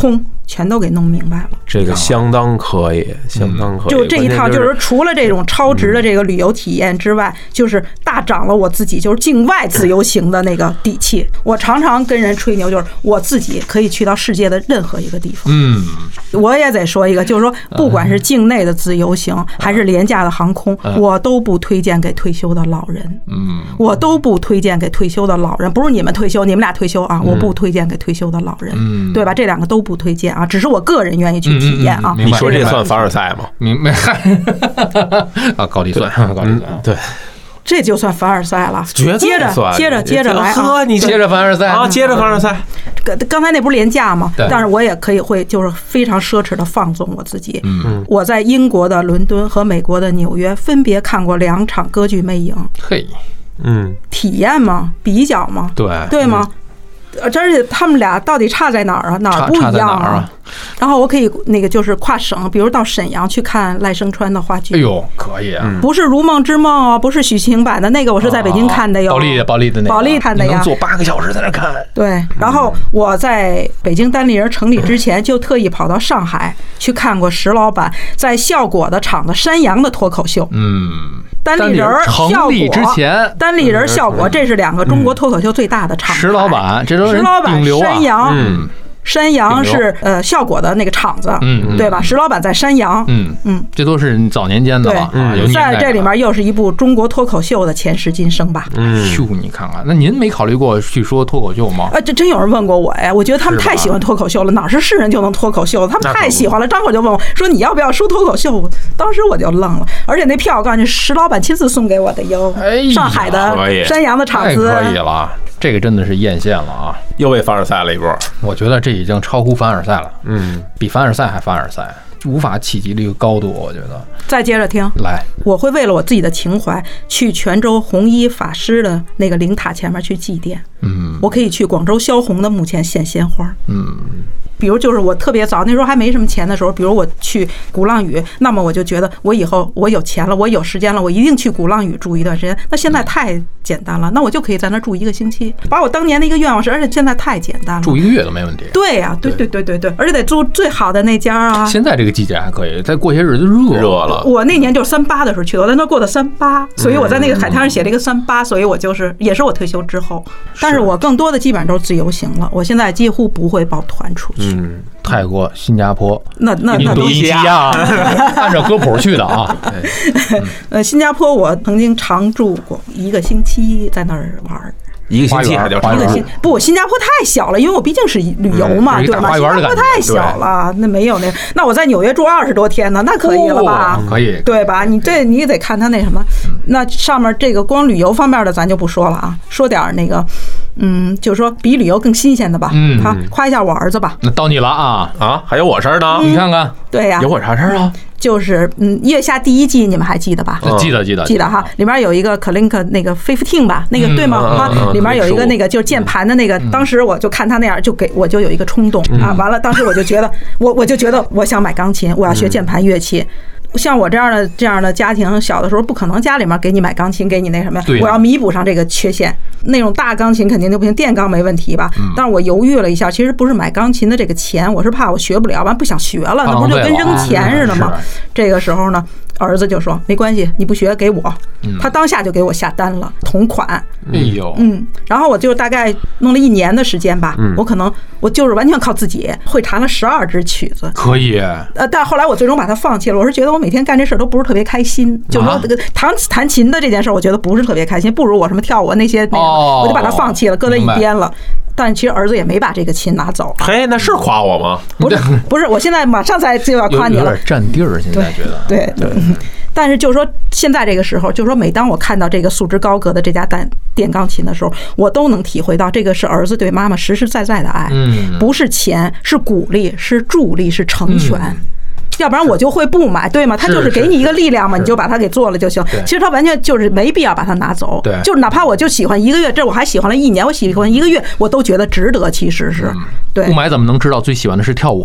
全都给弄明白了。 这个相当可以，相当可以。 就这一趟，就是除了这种超值的这个旅游体验之外，就是大涨了我自己就是境外自由行的那个底气。我常常跟人吹牛，就是我自己可以去到世界的任何一个地方。我也得说一个，就是说，不管是境内的自由行，还是廉价的航空，我都不推荐给退休的老人。我都不推荐给退休的老人，不是你们退休，你们俩退休啊，我不推荐给退休的老人，对吧？这两个都不推荐啊，只是我个人愿意去体验啊。 你说这算凡尔赛吗？ 明白啊，高低算，高低算， 对。 这就算凡尔赛了， 接着来啊！ 你接着凡尔赛啊，接着凡尔赛。 刚才那不是廉价吗？但是我也可以会就是非常奢侈的放纵我自己。我在英国的伦敦和美国的纽约分别看过2场歌剧魅影。 嘿， 体验吗？比较吗？对吗？而且他们俩到底差在哪儿啊？哪儿不一样啊？然后我可以那个就是跨省，比如到沈阳去看赖声川的话剧。 哎呦，可以啊！ 不是《如梦之梦》哦，不是许晴版的那个，我是在北京看的哟。 保利的那个。 保利看的呀。 能坐8个小时在那看。 对，然后我在北京单立人成立之前，就特意跑到上海去看过石老板在效果的场子山羊的脱口秀。单立人效果之前， 单立人效果，这是2个中国脱口秀最大的厂牌。 石老板，这都是顶流啊。 山羊，山羊是效果的那个厂子，对吧？石老板在山羊， 这都是早年间的了。 在这里面又是一部中国脱口秀的前世今生吧。 哟，你看看，那您没考虑过去说脱口秀吗？ 这真有人问过我呀，我觉得他们太喜欢脱口秀了，哪是是人就能脱口秀？他们太喜欢了，张口就问我说你要不要说脱口秀？当时我就愣了，而且那票我告诉你，石老板亲自送给我的哟，上海的山羊的场子， 太可以了。这个真的是艳羡了啊！ 又被凡尔赛了一波， 我觉得这已经超乎凡尔赛了，比凡尔赛还凡尔赛，无法企及这个高度。我觉得再接着听， 来， 我会为了我自己的情怀去泉州红衣法师的那个灵塔前面去祭奠，我可以去广州萧红的墓前献鲜花，比如就是我特别早那时候还没什么钱的时候，比如我去鼓浪屿，那么我就觉得我以后我有钱了，我有时间了，我一定去鼓浪屿住一段时间。那现在太简单了，那我就可以在那住1个星期，把我当年的一个愿望是，而且现在太简单了， 住1个月都没问题。 对呀，对，而且得住最好的那家啊。 现在这个季节还可以，再过些日子热了。 我那年就是38的时候去的，我在那过的38，所以我在那个海滩上写了一个38，所以我就是也是我退休之后，但是我更多的基本上都是自由行了，我现在几乎不会抱团出去。 泰国、新加坡， 那印度尼西亚，按照歌谱去的啊。 新加坡我曾经常住过1个星期，在那儿玩。 1个星期还叫 1个星？不，新加坡太小了，因为我毕竟是旅游嘛，对吧？新加坡太小了，那没有那。那我在纽约住20多天呢，那可以了吧？ 可以， 对吧？你也得看他那什么。那上面这个光旅游方面的咱就不说了啊，说点那个。就是说比旅游更新鲜的吧。好，夸一下我儿子吧。 那到你了啊， 还有我事儿呢？ 你看看， 对呀， 有我啥事儿啊？ 就是月下第1季你们还记得吧？ 记得哈，里面有一个 Kalinka 那个15吧，那个对吗？哈，里面有一个那个就是键盘的那个，当时我就看他那样，我就有一个冲动啊，完了，当时我就觉得我就觉得我想买钢琴，我要学键盘乐器。像我这样的家庭，小的时候不可能家里面给你买钢琴，给你那什么呀？我要弥补上这个缺陷。那种大钢琴肯定就不行，电钢没问题吧？但是我犹豫了一下，其实不是买钢琴的这个钱，我是怕我学不了，完不想学了，那不就跟扔钱似的吗？这个时候呢，儿子就说没关系，你不学给我。他当下就给我下单了同款。 哎呦， 然后我就大概弄了1年的时间吧，我就是完全靠自己会弹了12支曲子。 可以。 但后来我最终把它放弃了，我是觉得我每天干这事都不是特别开心，就是说这个弹琴的这件事，我觉得不是特别开心，不如我什么跳舞那些我就把它放弃了，搁在一边了。但其实儿子也没把这个琴拿走。 嘿，那是夸我吗？ 不是，我现在马上就要夸你了。 有点占地儿，现在觉得。 对。但是就是说，现在这个时候，就是说，每当我看到这个素质高阁的这家电钢琴的时候，我都能体会到这个是儿子对妈妈实实在在的爱，不是钱，是鼓励，是助力，是成全。要不然我就会不买，对吗？他就是给你一个力量嘛，你就把它给做了就行。其实他完全就是没必要把它拿走，就是哪怕我就喜欢1个月，这我还喜欢了1年，我喜欢1个月，我都觉得值得。其实是对， 不买怎么能知道最喜欢的是跳舞呢？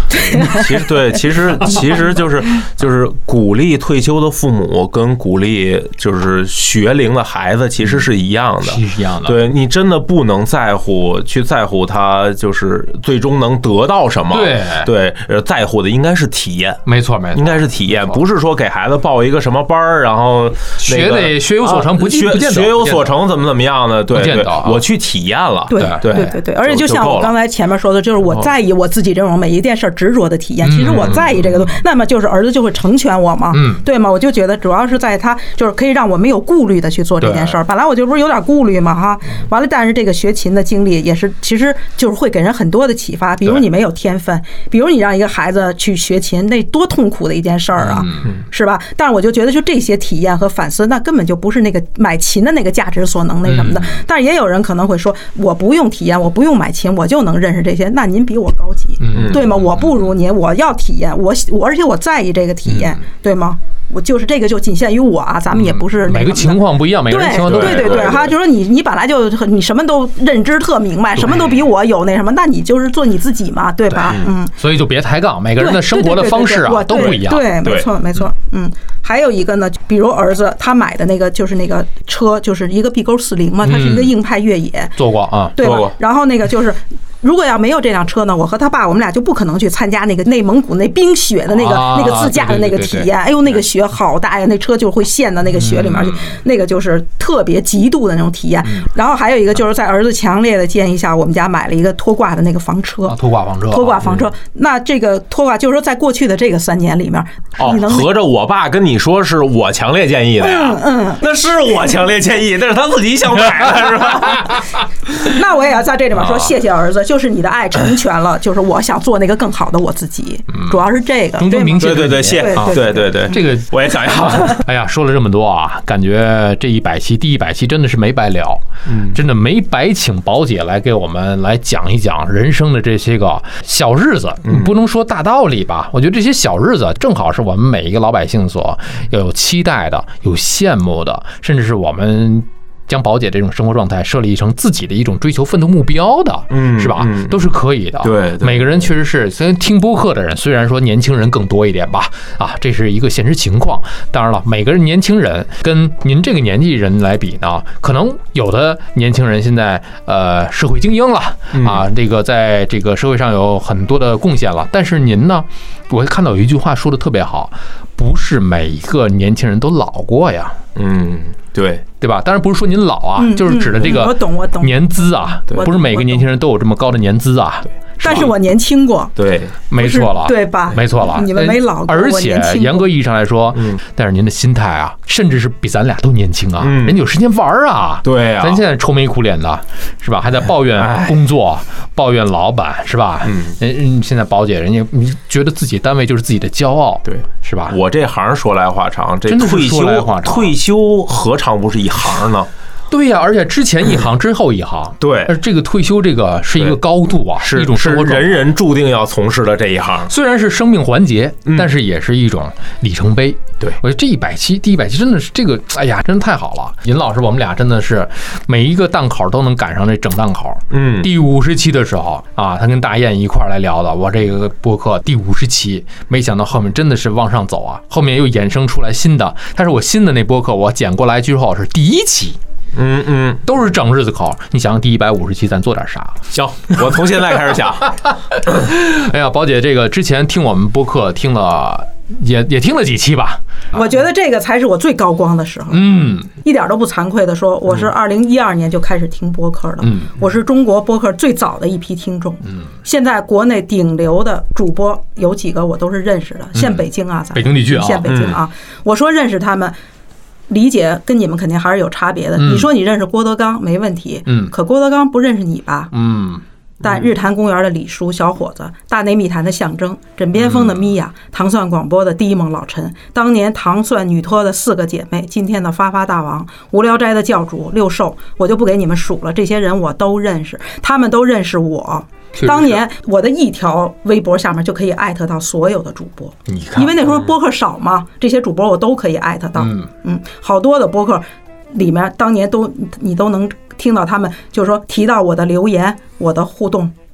其实就是鼓励退休的父母跟鼓励就是学龄的孩子其实是一样的， 是一样的。 对，你真的不能在乎他就是最终能得到什么。对，在乎的应该是体验。 没错， 应该是体验，不是说给孩子报一个什么班儿，然后学有所成，不见得学有所成怎么样的？对，我去体验了。 对，而且就像我刚才前面说的，就是我在意我自己这种每一件事执着的体验。其实我在意这个东西，那么就是儿子就会成全我嘛，对吗？我就觉得主要是在他就是可以让我没有顾虑的去做这件事儿。本来我就不是有点顾虑嘛哈，完了，但是这个学琴的经历也是，其实就是会给人很多的启发。比如你没有天分，比如你让一个孩子去学琴，那多痛苦的一件事儿啊，是吧？但是我就觉得，就这些体验和反思，那根本就不是那个买琴的那个价值所能那什么的。但是也有人可能会说，我不用体验，我不用买琴，我就能认识这些。那您比我高级，对吗？我不如您，我要体验，我而且我在意这个体验，对吗？我就是这个就仅限于我啊，咱们也不是每个情况不一样，每个人情况都对哈，就说你本来就你什么都认知特明白，什么都比我有那什么，那你就是做你自己嘛，对吧？ 所以就别抬杠，每个人的生活的方式啊都不一样。 对，没错。还有一个呢，比如儿子他买的那个就是那个车，就是一个 B-40嘛，它是一个硬派越野， 坐过啊， 对吧？然后那个就是。如果要没有这辆车呢，我和他爸我们俩就不可能去参加那个内蒙古那冰雪的那个自驾的那个体验。哎呦，那个雪好大呀，那车就会陷到那个雪里面去，那个就是特别极度的那种体验。然后还有一个就是在儿子强烈的建议下，我们家买了一个拖挂的那个房车。 拖挂房车。 那这个拖挂就是说，在过去的这个3年里面， 合着我爸跟你说是我强烈建议的呀？那是我强烈建议，但是他自己想买的是吧？ 那我也要在这里面说，谢谢儿子。就是你的爱成全了，就是我想做那个更好的我自己，主要是这个。 对，谢，对， 这个我也想要。 哎呀，说了这么多啊，感觉这100期第100期真的是没白聊，真的没白请宝姐来给我们来讲一讲人生的这些个小日子，不能说大道理吧？我觉得这些小日子正好是我们每一个老百姓所要有期待的、有羡慕的，甚至是我们。将宝姐这种生活状态设立成自己的一种追求奋斗目标的，是吧？都是可以的。 对， 每个人确实是，虽然听播客的人，虽然说年轻人更多一点吧，啊，这是一个现实情况。当然了，每个人年轻人跟您这个年纪人来比呢，可能有的年轻人现在社会精英了啊，这个在这个社会上有很多的贡献了。但是您呢，我看到有一句话说的特别好，不是每一个年轻人都老过呀。对吧？当然不是说您老啊，就是指的这个年资啊，不是每个年轻人都有这么高的年资啊。 但是我年轻过， 对， 没错了， 对吧？ 没错了， 你们没老过， 而且严格意义上来说，但是您的心态啊，甚至是比咱俩都年轻啊，人有时间玩啊， 对啊， 咱现在愁眉苦脸的，是吧？还在抱怨工作，抱怨老板，是吧？现在宝姐人家你觉得自己单位就是自己的骄傲， 对， 是吧？ 我这行说来话长，这退休何尝不是一行呢？ 对呀，而且之前一行，之后一行， 对， 而这个退休这个是一个高度啊， 是一种生活， 人人注定要从事的这一行。 虽然是生命环节，但是也是一种里程碑。 对， 我觉得这100期，第100期真的是这个，哎呀，真的太好了。尹老师，我们俩真的是每一个档口都能赶上这整档口。第50期的时候啊，他跟大雁一块来聊的，我这个播客第50期，没想到后面真的是往上走啊，后面又衍生出来新的。但是我新的那播客我剪过来之后是第1期。都是整日子口。你想想第150期咱做点啥？ 行，我从现在开始想。 哎呀，宝姐，这个之前听我们播客听了也听了几期吧？ 我觉得这个才是我最高光的时候。一点都不惭愧的说，我是2012年就开始听播客的。我是中国播客最早的一批听众。现在国内顶流的主播有几个我都是认识的，现北京啊，咱北京地区啊， 现北京啊，我说认识他们。理解跟你们肯定还是有差别的。你说你认识郭德纲没问题，可郭德纲不认识你吧？但日坛公园的李叔小伙子，大内密谈的象征，枕边风的米娅，糖蒜广播的第一梦老陈，当年糖蒜女托的4个姐妹，今天的发发大王，无聊斋的教主六兽，我就不给你们数了，这些人我都认识，他们都认识我。当年我的一条微博下面就可以艾特到所有的主播，因为那时候播客少嘛，这些主播我都可以艾特到。好多的播客里面当年你都能听到他们就是说提到我的留言，我的互动，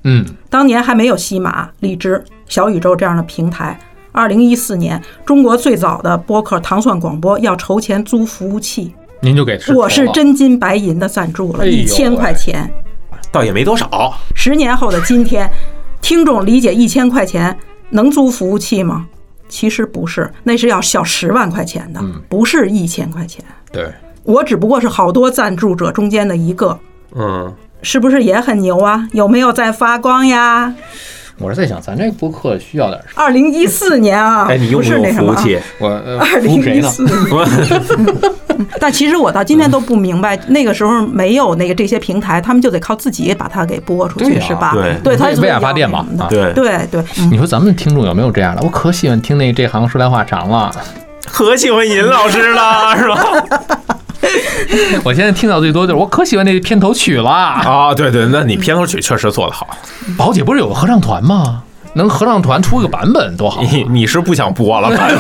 当年还没有喜马、荔枝、小宇宙这样的平台。2014年，中国最早的播客糖蒜广播要筹钱租服务器， 您就给我是真金白银的赞助了1000块钱， 倒也没多少。 10年后的今天，听众理解1000块钱能租服务器吗？其实不是，那是要小10万块钱的，不是1000块钱。 对， 我只不过是好多赞助者中间的一个，是不是也很牛啊？有没有在发光呀？ 我是在想，咱这个播客需要点什么 ？2014年啊， 你用不用服务器？ 我服务谁呢？ 但其实我到今天都不明白，那个时候没有这些平台，他们就得靠自己把它给播出去，是吧？对，它为爱发电嘛。 对。 你说咱们听众有没有这样的？我可喜欢听这行说来话长了， 可喜欢尹老师了，是吧？ 我现在听到最多就是我可喜欢那片头曲了啊！对，那你片头曲确实做得好。 宝姐不是有个合唱团吗？能合唱团出个版本多好！ 你是不想播了吧？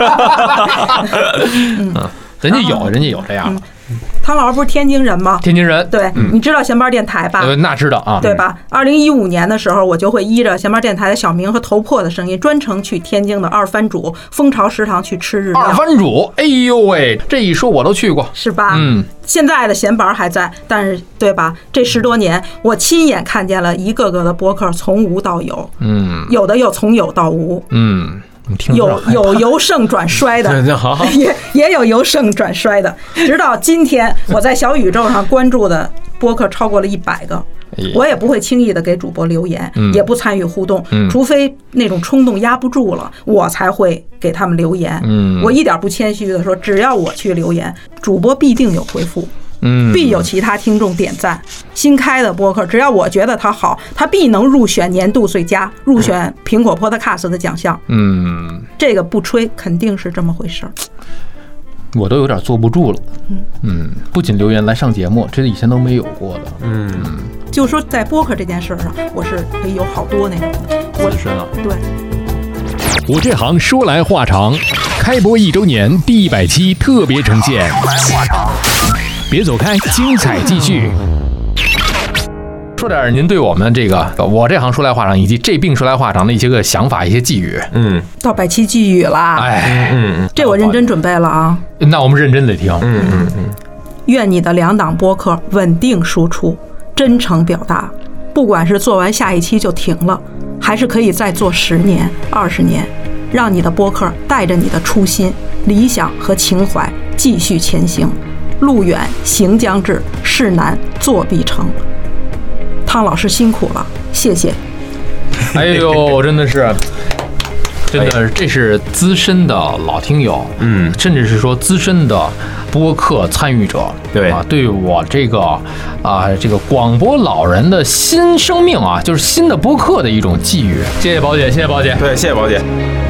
人家有这样的。 汤老师不是天津人吗？ 天津人， 对，你知道闲班电台吧？ 那知道啊， 对吧？2015年的时候，我就会依着闲班电台的小名和头破的声音，专程去天津的二番主蜂巢食堂去吃日料。 二番主，哎呦喂，这一说我都去过， 是吧？现在的闲班还在，但是对吧？这10多年，我亲眼看见了一个个的播客从无到有，有的又从有到无，有由盛转衰的，也有由盛转衰的。直到今天，我在小宇宙上关注的播客超过了100个，我也不会轻易的给主播留言，也不参与互动，除非那种冲动压不住了，我才会给他们留言。我一点不谦虚的说，只要我去留言，主播必定有回复。必有其他听众点赞。新开的播客，只要我觉得它好，它必能入选年度最佳，入选苹果 Podcast 的奖项。这个不吹，肯定是这么回事儿。 我都有点坐不住了。不仅留言来上节目，这以前都没有过的。 就说在播客这件事上，我是可以有好多那种自身啊。 对。 我这行说来话长，开播1周年第100期特别呈现。别走开，精彩继续。说点您对我们我这行说来话长，以及这病说来话长的一些个想法、一些寄语。 到100期寄语了，这我认真准备了啊。 那我们认真得听。 愿你的2档播客稳定输出，真诚表达，不管是做完下一期就停了，还是可以再做10年、20年，让你的播客带着你的初心、理想和情怀继续前行。路远行将至，事难做必成。汤老师辛苦了，谢谢。 哎呦，真的是，这是资深的老听友，甚至是说资深的播客参与者， 对啊，对我这个广播老人的新生命啊，就是新的播客的一种寄语。谢谢宝姐，谢谢宝姐， 对，谢谢宝姐。